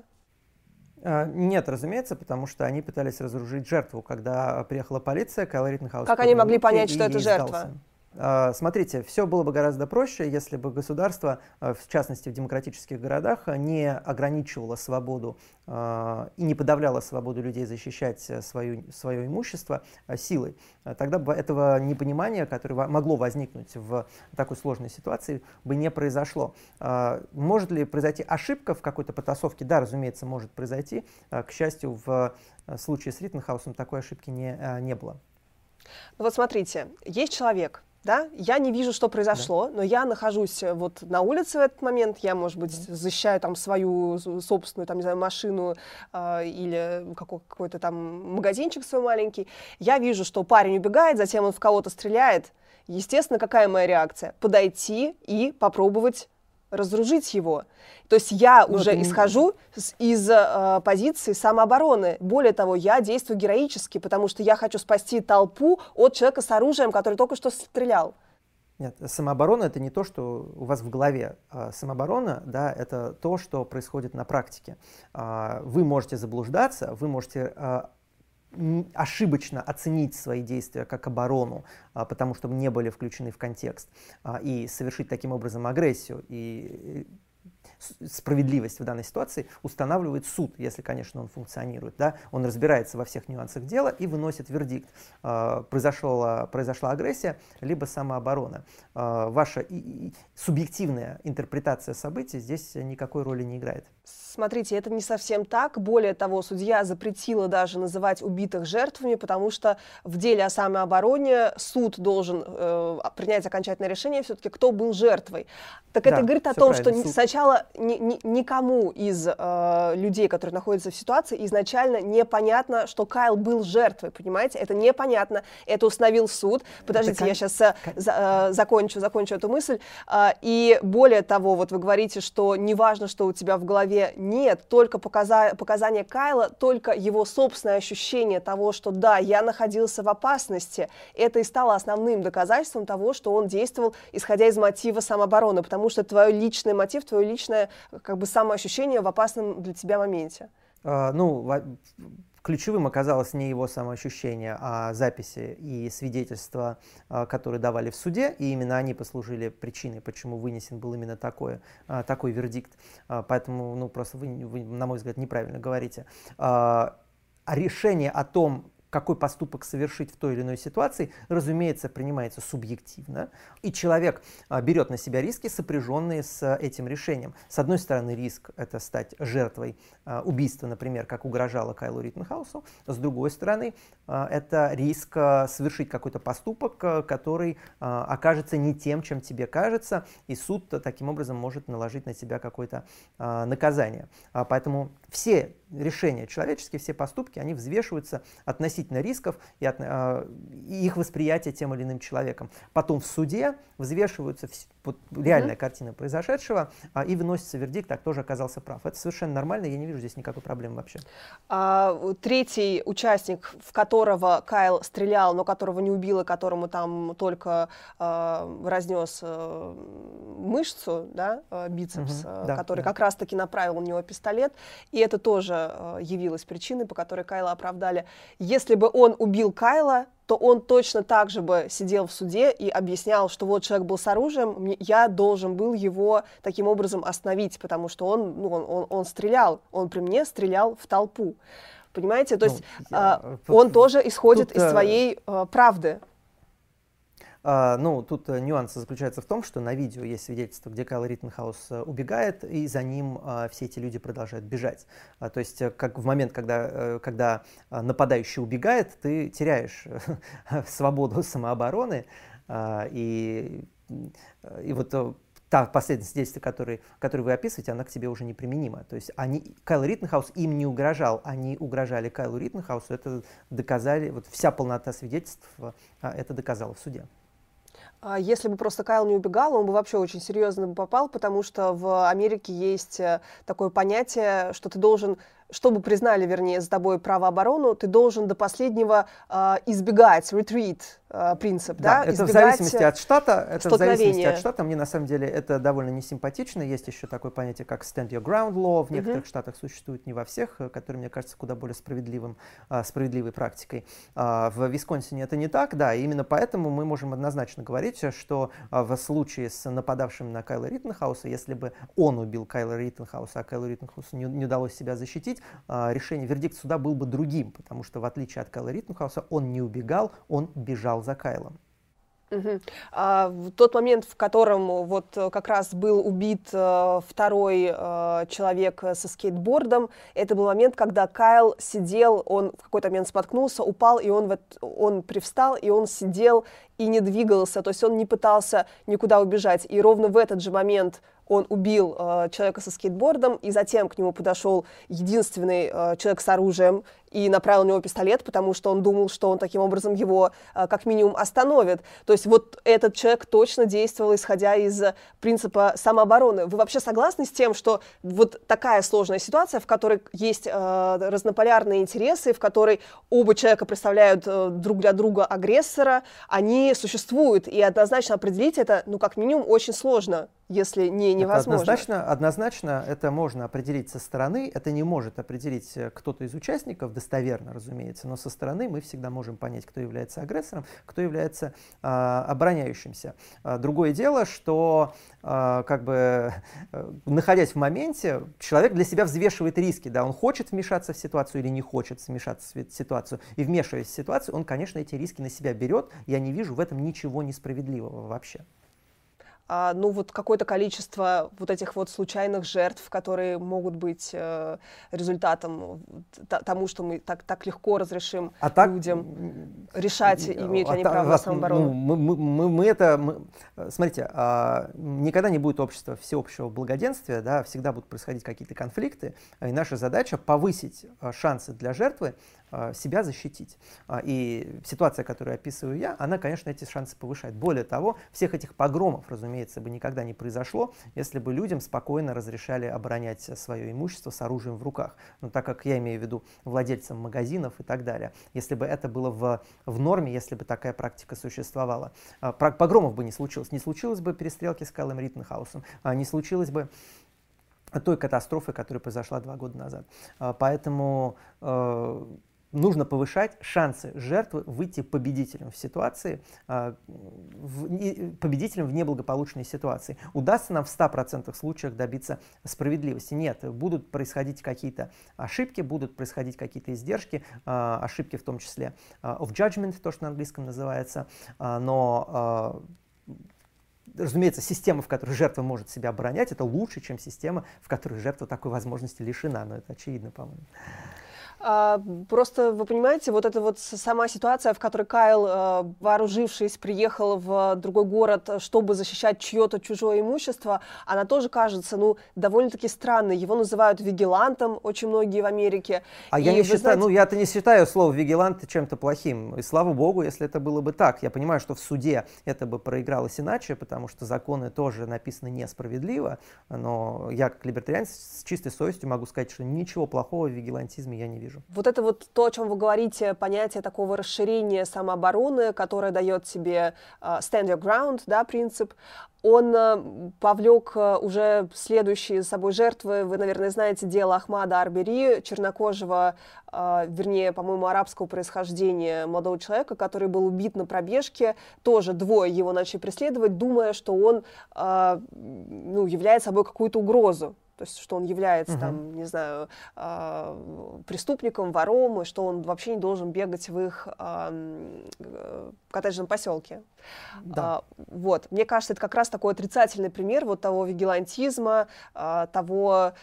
Нет, разумеется, потому что они пытались разоружить жертву. Когда приехала полиция, Кайл Риттенхаус... Как они могли понять, что это жертва? Смотрите, все было бы гораздо проще, если бы государство, в частности в демократических городах, не ограничивало свободу и не подавляло свободу людей защищать свое имущество силой. Тогда бы этого непонимания, которое могло возникнуть в такой сложной ситуации, бы не произошло. Может ли произойти ошибка в какой-то потасовке? Да, разумеется, может произойти. К счастью, в случае с Риттенхаусом такой ошибки не было. Вот смотрите, есть человек, да, я не вижу, что произошло, но я нахожусь вот на улице в этот момент, я, может быть, защищаю там свою собственную, там, не знаю, машину или какой-то там магазинчик свой маленький. Я вижу, что парень убегает, затем он в кого-то стреляет. Естественно, какая моя реакция? Подойти и попробовать разоружить его. То есть я уже исхожу из позиции самообороны. Более того, я действую героически, потому что я хочу спасти толпу от человека с оружием, который только что стрелял. Нет, самооборона — это не то, что у вас в голове. Самооборона, да, это то, что происходит на практике. Вы можете заблуждаться, вы можете ошибочно оценить свои действия как оборону, потому что не были включены в контекст, и совершить таким образом агрессию. И справедливость в данной ситуации устанавливает суд, если, конечно, он функционирует. Да? Он разбирается во всех нюансах дела и выносит вердикт. Произошла агрессия, либо самооборона. Ваша субъективная интерпретация событий здесь никакой роли не играет. Смотрите, это не совсем так. Более того, судья запретила даже называть убитых жертвами, потому что в деле о самообороне суд должен принять окончательное решение все-таки, кто был жертвой. Так это говорит о том, что сначала никому из людей, которые находятся в ситуации, изначально непонятно, что Кайл был жертвой, понимаете? Это непонятно, это установил суд. Подождите, я сейчас закончу эту мысль. И более того, вот вы говорите, что не важно, что у тебя в голове. Нет, только показания Кайла, только его собственное ощущение того, что да, я находился в опасности, это и стало основным доказательством того, что он действовал, исходя из мотива самообороны, потому что твой личный мотив, твое личное как бы самоощущение в опасном для тебя моменте. Ключевым оказалось не его самоощущение, а записи и свидетельства, которые давали в суде, и именно они послужили причиной, почему вынесен был именно такой вердикт. Поэтому, просто вы, на мой взгляд, неправильно говорите. Решение о том, какой поступок совершить в той или иной ситуации, разумеется, принимается субъективно, и человек берет на себя риски, сопряженные с этим решением. С одной стороны, риск — это стать жертвой убийства, например, как угрожало Кайлу Риттенхаусу. С другой стороны, это риск совершить какой-то поступок, который окажется не тем, чем тебе кажется, и суд таким образом может наложить на тебя какое-то наказание. Поэтому все решения человеческие, все поступки, они взвешиваются относительно рисков и их восприятия тем или иным человеком. Потом в суде взвешиваются реальная картина произошедшего и выносится вердикт, так тоже оказался прав. Это совершенно нормально, я не вижу здесь никакой проблемы вообще. Третий участник, в которого Кайл стрелял, но которого не убил, и которому там только разнес мышцу, да, бицепс, который как раз-таки направил на него пистолет, и это тоже тоже явилась причиной, по которой Кайла оправдали. Если бы он убил Кайла, то он точно так же бы сидел в суде и объяснял, что вот человек был с оружием, я должен был его таким образом остановить, потому что он стрелял, он при мне стрелял в толпу. Понимаете? То есть он тоже исходит из своей правды. Тут нюанс заключается в том, что на видео есть свидетельство, где Кайл Риттенхаус убегает, и за ним все эти люди продолжают бежать. То есть как в момент, когда нападающий убегает, ты теряешь свободу самообороны, и вот та последовательность действий, которую вы описываете, она к тебе уже неприменима. То есть Кайл Риттенхаус им не угрожал, они угрожали Кайлу Риттенхаусу, это доказали, вот вся полнота свидетельств это доказала в суде. Если бы просто Кайл не убегал, он бы вообще очень серьезно бы попал, потому что в Америке есть такое понятие, что ты должен, чтобы признали, вернее, за тобой правооборону, ты должен до последнего избегать, retreat принцип, да? Это в зависимости от штата, мне на самом деле это довольно несимпатично. Есть еще такое понятие, как stand your ground law, в некоторых штатах существует, не во всех, который, мне кажется, куда более справедливой практикой. В Висконсине это не так, да, и именно поэтому мы можем однозначно говорить, что в случае с нападавшим на Кайла Риттенхауса, если бы он убил Кайла Риттенхауса, а Кайлу Риттенхаусу не удалось себя защитить, вердикт суда был бы другим, потому что в отличие от Кайла Риттенхауса он не убегал, он бежал за Кайлом. В тот момент, в котором вот как раз был убит второй человек со скейтбордом, это был момент, когда Кайл сидел, он в какой-то момент споткнулся, упал, и он привстал, и он сидел и не двигался, то есть он не пытался никуда убежать. И ровно в этот же момент он убил человека со скейтбордом, и затем к нему подошел единственный человек с оружием и направил на него пистолет, потому что он думал, что он таким образом его как минимум остановит. То есть вот этот человек точно действовал, исходя из принципа самообороны. Вы вообще согласны с тем, что вот такая сложная ситуация, в которой есть разнополярные интересы, в которой оба человека представляют друг для друга агрессора, они существуют, и однозначно определить это, как минимум, очень сложно, если не невозможно. Однозначно это можно определить со стороны, это не может определить кто-то из участников, достоверно, разумеется, но со стороны мы всегда можем понять, кто является агрессором, кто является обороняющимся. Другое дело, что находясь в моменте, человек для себя взвешивает риски, да, он хочет вмешаться в ситуацию или не хочет вмешаться в ситуацию, и вмешиваясь в ситуацию, он, конечно, эти риски на себя берет, я не вижу в этом ничего несправедливого вообще. Какое-то количество вот этих вот случайных жертв, которые могут быть результатом тому, что мы так легко разрешим людям решать, имеют ли они право на самооборону. Смотрите, никогда не будет общества всеобщего благоденствия, да, всегда будут происходить какие-то конфликты, и наша задача повысить шансы для жертвы себя защитить. И ситуация, которую описываю я, она, конечно, эти шансы повышает. Более того, всех этих погромов, разумеется, бы никогда не произошло, если бы людям спокойно разрешали оборонять свое имущество с оружием в руках. Так как я имею в виду владельцам магазинов и так далее. Если бы это было в норме, если бы такая практика существовала. Погромов бы не случилось. Не случилось бы перестрелки с Кайлом Риттенхаусом, не случилось бы той катастрофы, которая произошла 2 года назад. Поэтому нужно повышать шансы жертвы выйти победителем в ситуации, победителем в неблагополучной ситуации. Удастся нам в 100% случаях добиться справедливости? Нет, будут происходить какие-то ошибки, будут происходить какие-то издержки, ошибки в том числе of judgment, то, что на английском называется, но разумеется, система, в которой жертва может себя оборонять, это лучше, чем система, в которой жертва такой возможности лишена, но это очевидно, по-моему. Просто, вы понимаете, вот эта вот сама ситуация, в которой Кайл, вооружившись, приехал в другой город, чтобы защищать чье-то чужое имущество, она тоже кажется, довольно-таки странной. Его называют вигилантом очень многие в Америке. Я не считаю слово вигилант чем-то плохим. И слава богу, если это было бы так. Я понимаю, что в суде это бы проигралось иначе, потому что законы тоже написаны несправедливо, но я, как либертарианец, с чистой совестью могу сказать, что ничего плохого в вигилантизме я не вижу. вижу. Вот это вот то, о чем вы говорите, понятие такого расширения самообороны, которое дает тебе stand your ground, да, принцип, он повлек уже следующие за собой жертвы. Вы, наверное, знаете дело Ахмада Арбери, чернокожего, вернее, по-моему, арабского происхождения молодого человека, который был убит на пробежке. Тоже двое его начали преследовать, думая, что он является собой какую-то угрозу. То есть, что он является, там, не знаю, преступником, вором, и что он вообще не должен бегать в их коттеджном поселке. Да. Вот. Мне кажется, это как раз такой отрицательный пример вот того вигилантизма, того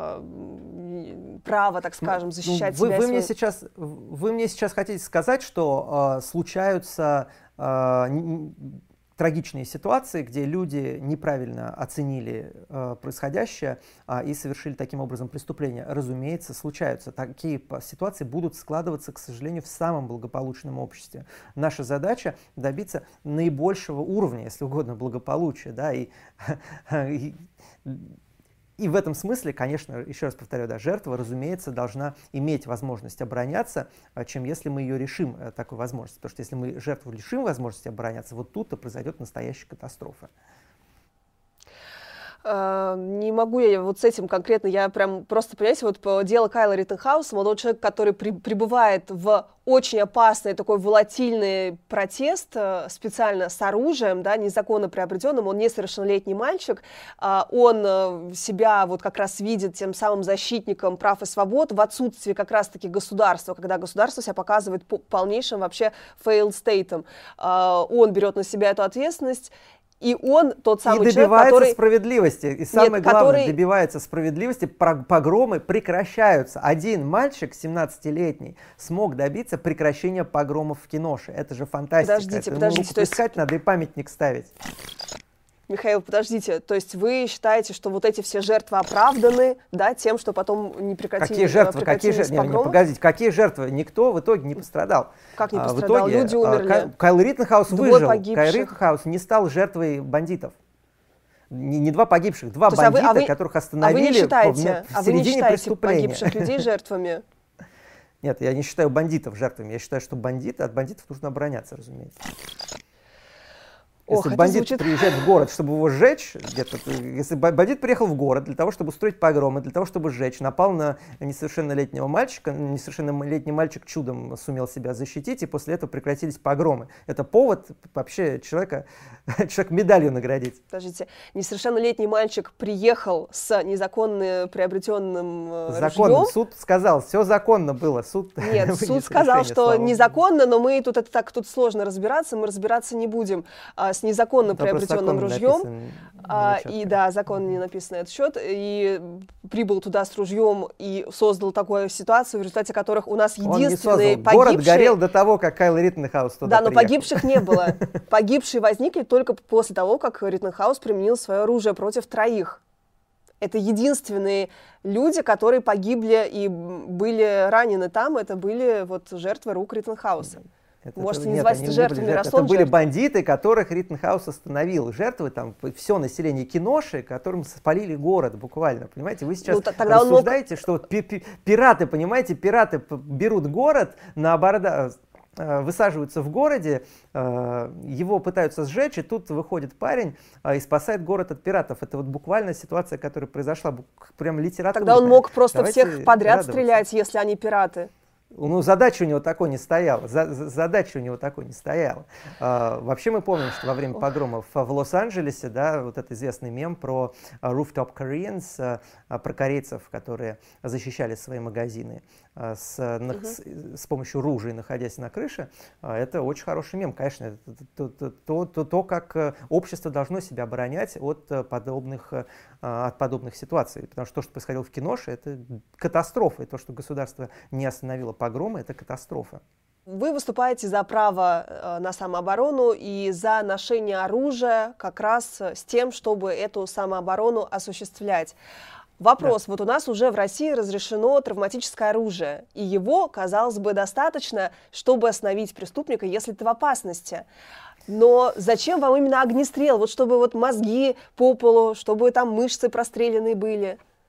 права, так скажем, защищать себя. Вы мне сейчас хотите сказать, что случаются трагичные ситуации, где люди неправильно оценили происходящее и совершили таким образом преступление. Разумеется, случаются. Такие ситуации будут складываться, к сожалению, в самом благополучном обществе. Наша задача добиться наибольшего уровня, если угодно, благополучия. Да, и в этом смысле, конечно, еще раз повторяю, да, жертва, разумеется, должна иметь возможность обороняться, чем если мы ее лишим такой возможности. Потому что если мы жертву лишим возможности обороняться, вот тут-то произойдет настоящая катастрофа. Не могу я вот с этим конкретно, я прям просто, понимаете, вот по делу Кайла Риттенхауса, молодой человек, который прибывает в очень опасный такой волатильный протест специально с оружием, да, незаконно приобретенным, он несовершеннолетний мальчик, он себя вот как раз видит тем самым защитником прав и свобод в отсутствии как раз-таки государства, когда государство себя показывает полнейшим вообще failed state'ом. Он берет на себя эту ответственность. И он тот самый человек, который... справедливости. И самое главное, добивается справедливости, погромы прекращаются. Один мальчик, 17-летний, смог добиться прекращения погромов в Киноше. Это же фантастика. Подождите. То есть надо и памятник ставить. Михаил, подождите, то есть вы считаете, что вот эти все жертвы оправданы, да, тем, что потом не прекратили погромы? Погодите, какие жертвы? Никто в итоге не пострадал. Как не пострадал? Люди умерли. Кайл Риттенхаус выжил. Кайл Риттенхаус не стал жертвой бандитов. Не два погибших, два бандита, которых остановили в середине преступления. Погибших людей жертвами? Нет, я не считаю бандитов жертвами. Я считаю, что от бандитов нужно обороняться, разумеется. Если бандит приезжает в город, чтобы его сжечь, если бандит приехал в город для того, чтобы устроить погромы, для того, чтобы сжечь, напал на несовершеннолетнего мальчика, несовершеннолетний мальчик чудом сумел себя защитить, и после этого прекратились погромы. Это повод вообще человека медалью наградить. Подождите, несовершеннолетний мальчик приехал с незаконно приобретенным ружьем? Суд сказал, все законно было. Нет, суд сказал, что незаконно, но мы тут сложно разбираться, мы разбираться не будем. С незаконно приобретенным ружьем. И да, закон не написан на этот счет. И прибыл туда с ружьем и создал такую ситуацию, в результате которых у нас единственные погибшие... Город горел до того, как Кайл Риттенхаус туда приехал. Да, но погибших не было. Погибшие возникли только после того, как Риттенхаус применил свое оружие против троих. Это единственные люди, которые погибли и были ранены там, это были вот жертвы рук Риттенхауса. Можете не называть это жертвами, раз он это были бандиты, которых Риттенхаус остановил. Жертвы там все население Киноши, которым спалили город буквально. Понимаете, вы сейчас рассуждаете, что пираты, понимаете, пираты берут город на абордаж, высаживаются в городе, его пытаются сжечь, и тут выходит парень и спасает город от пиратов. Это вот буквально ситуация, которая произошла, прям литературная. Тогда он мог просто всех подряд стрелять, если они пираты. Ну, задача у него такой не стояла. Вообще мы помним, что во время погромов в Лос-Анджелесе, да, вот этот известный мем про Rooftop Koreans, про корейцев, которые защищали свои магазины с помощью ружей, находясь на крыше, это очень хороший мем. Конечно, то, как общество должно себя оборонять от подобных ситуаций. Потому что то, что происходило в Киноше, это катастрофа. И то, что государство не остановило погромы, это катастрофа. Вы выступаете за право на самооборону и за ношение оружия как раз с тем, чтобы эту самооборону осуществлять. Вопрос. Да. Вот у нас уже в России разрешено травматическое оружие, и его, казалось бы, достаточно, чтобы остановить преступника, если ты в опасности. Но зачем вам именно огнестрел? Вот чтобы вот мозги по полу, чтобы там мышцы простреленные были?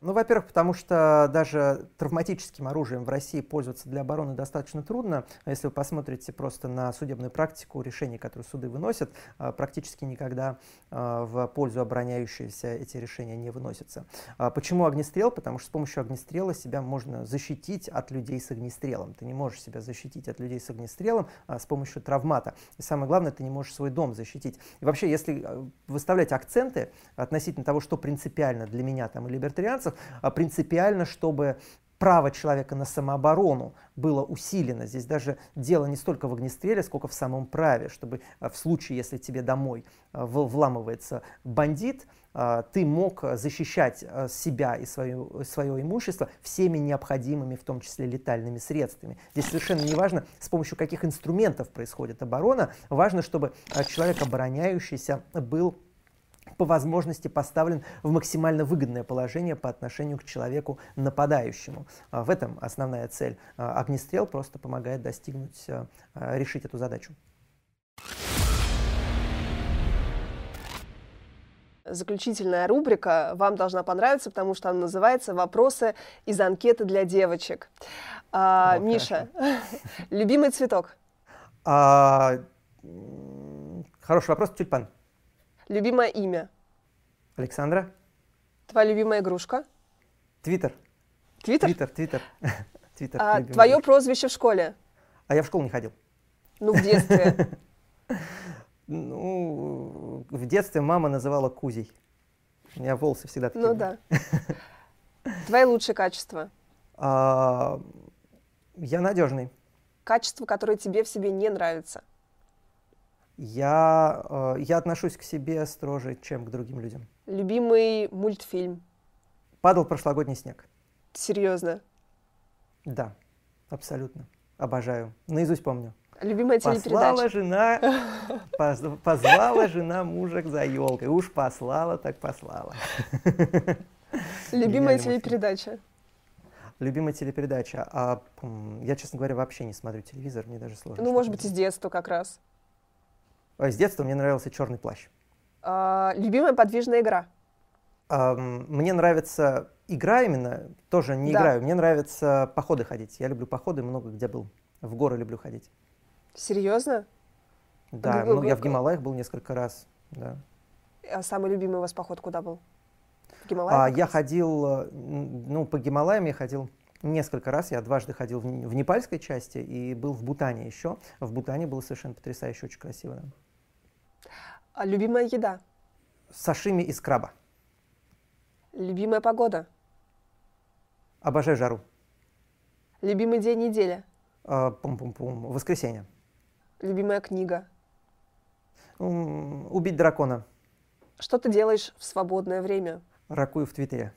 Ну, во-первых, потому что даже травматическим оружием в России пользоваться для обороны достаточно трудно. Если вы посмотрите просто на судебную практику, решений, которые суды выносят, практически никогда в пользу обороняющихся эти решения не выносятся. Почему огнестрел? Потому что с помощью огнестрела себя можно защитить от людей с огнестрелом. Ты не можешь себя защитить от людей с огнестрелом с помощью травмата. И самое главное, ты не можешь свой дом защитить. И вообще, если выставлять акценты относительно того, что принципиально для меня там, и либертарианцев, принципиально, чтобы право человека на самооборону было усилено. Здесь даже дело не столько в огнестреле, сколько в самом праве, чтобы в случае, если тебе домой вламывается бандит, ты мог защищать себя и свое имущество всеми необходимыми, в том числе летальными средствами. Здесь совершенно не важно, с помощью каких инструментов происходит оборона, важно, чтобы человек, обороняющийся, был по возможности поставлен в максимально выгодное положение по отношению к человеку нападающему. В этом основная цель. Огнестрел просто помогает достигнуть, решить эту задачу. Заключительная рубрика вам должна понравиться, потому что она называется «Вопросы из анкеты для девочек». Миша, любимый цветок? Хороший вопрос, тюльпан. Любимое имя? Александра. Твоя любимая игрушка? Твиттер. Твиттер? Твиттер. Твое прозвище в школе? А я в школу не ходил. Ну, в детстве. Ну, в детстве мама называла Кузей. У меня волосы всегда такие. Ну да. Твои лучшие качества? Я надежный. Качество, которое тебе в себе не нравится? Я отношусь к себе строже, чем к другим людям. Любимый мультфильм? «Падал прошлогодний снег». Серьезно? Да, абсолютно. Обожаю. Наизусть помню. Любимая телепередача? Позвала жена мужа за елкой. Уж послала, так послала. Любимая телепередача? Любимая телепередача? Я, честно говоря, вообще не смотрю телевизор, мне даже сложно. Ну, может быть, из детства как раз. С детства мне нравился «Черный плащ». Любимая подвижная игра? Мне нравится игра именно, тоже не играю, мне нравится походы ходить. Я люблю походы, много где был. В горы люблю ходить. Серьезно? Да, ну, я в Гималаях был несколько раз. Да. А самый любимый у вас поход куда был? В Гималаях? Я ходил, ну, по Гималаям я ходил несколько раз. Я дважды ходил в непальской части и был в Бутане еще. В Бутане было совершенно потрясающе, очень красиво. Да. А любимая еда? Сашими из краба. Любимая погода? Обожаю жару. Любимый день недели? Воскресенье. Любимая книга? «Убить дракона». Что ты делаешь в свободное время? Ракую в Твиттере.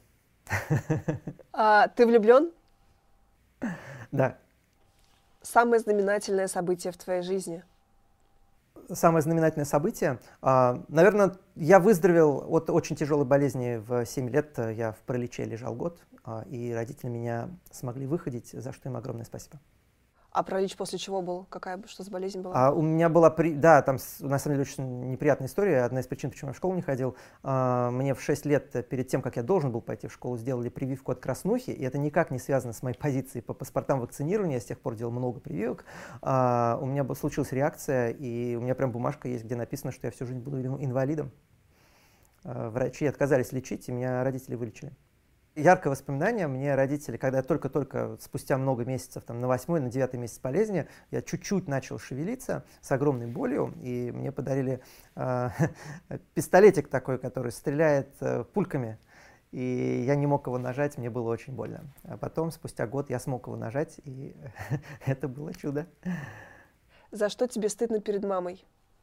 Ты влюблен? Да. Самое знаменательное событие в твоей жизни? Самое знаменательное событие? Наверное, я выздоровел от очень тяжелой болезни в 7 лет. Я в параличе лежал год, и родители меня смогли выходить, за что им огромное спасибо. А паралич после чего был? Что за болезнь была? У меня была, да, там на самом деле очень неприятная история. Одна из причин, почему я в школу не ходил. Мне в 6 лет, перед тем, как я должен был пойти в школу, сделали прививку от краснухи. И это никак не связано с моей позицией по паспортам вакцинирования. Я с тех пор делал много прививок. У меня случилась реакция, и у меня прям бумажка есть, где написано, что я всю жизнь буду инвалидом. Врачи отказались лечить, и меня родители вылечили. Яркое воспоминание. Мне родители, когда я только-только, спустя много месяцев, там, на 8-й, на 9-й месяц болезни, я чуть-чуть начал шевелиться с огромной болью, и мне подарили пистолетик такой, который стреляет пульками, и я не мог его нажать, мне было очень больно. А потом, спустя год, я смог его нажать, и это было чудо. За что тебе стыдно перед мамой?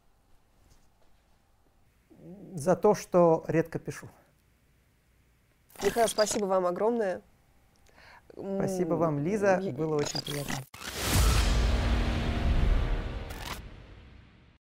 За то, что редко пишу. Михаил, спасибо вам огромное. Спасибо вам, Лиза, было очень приятно.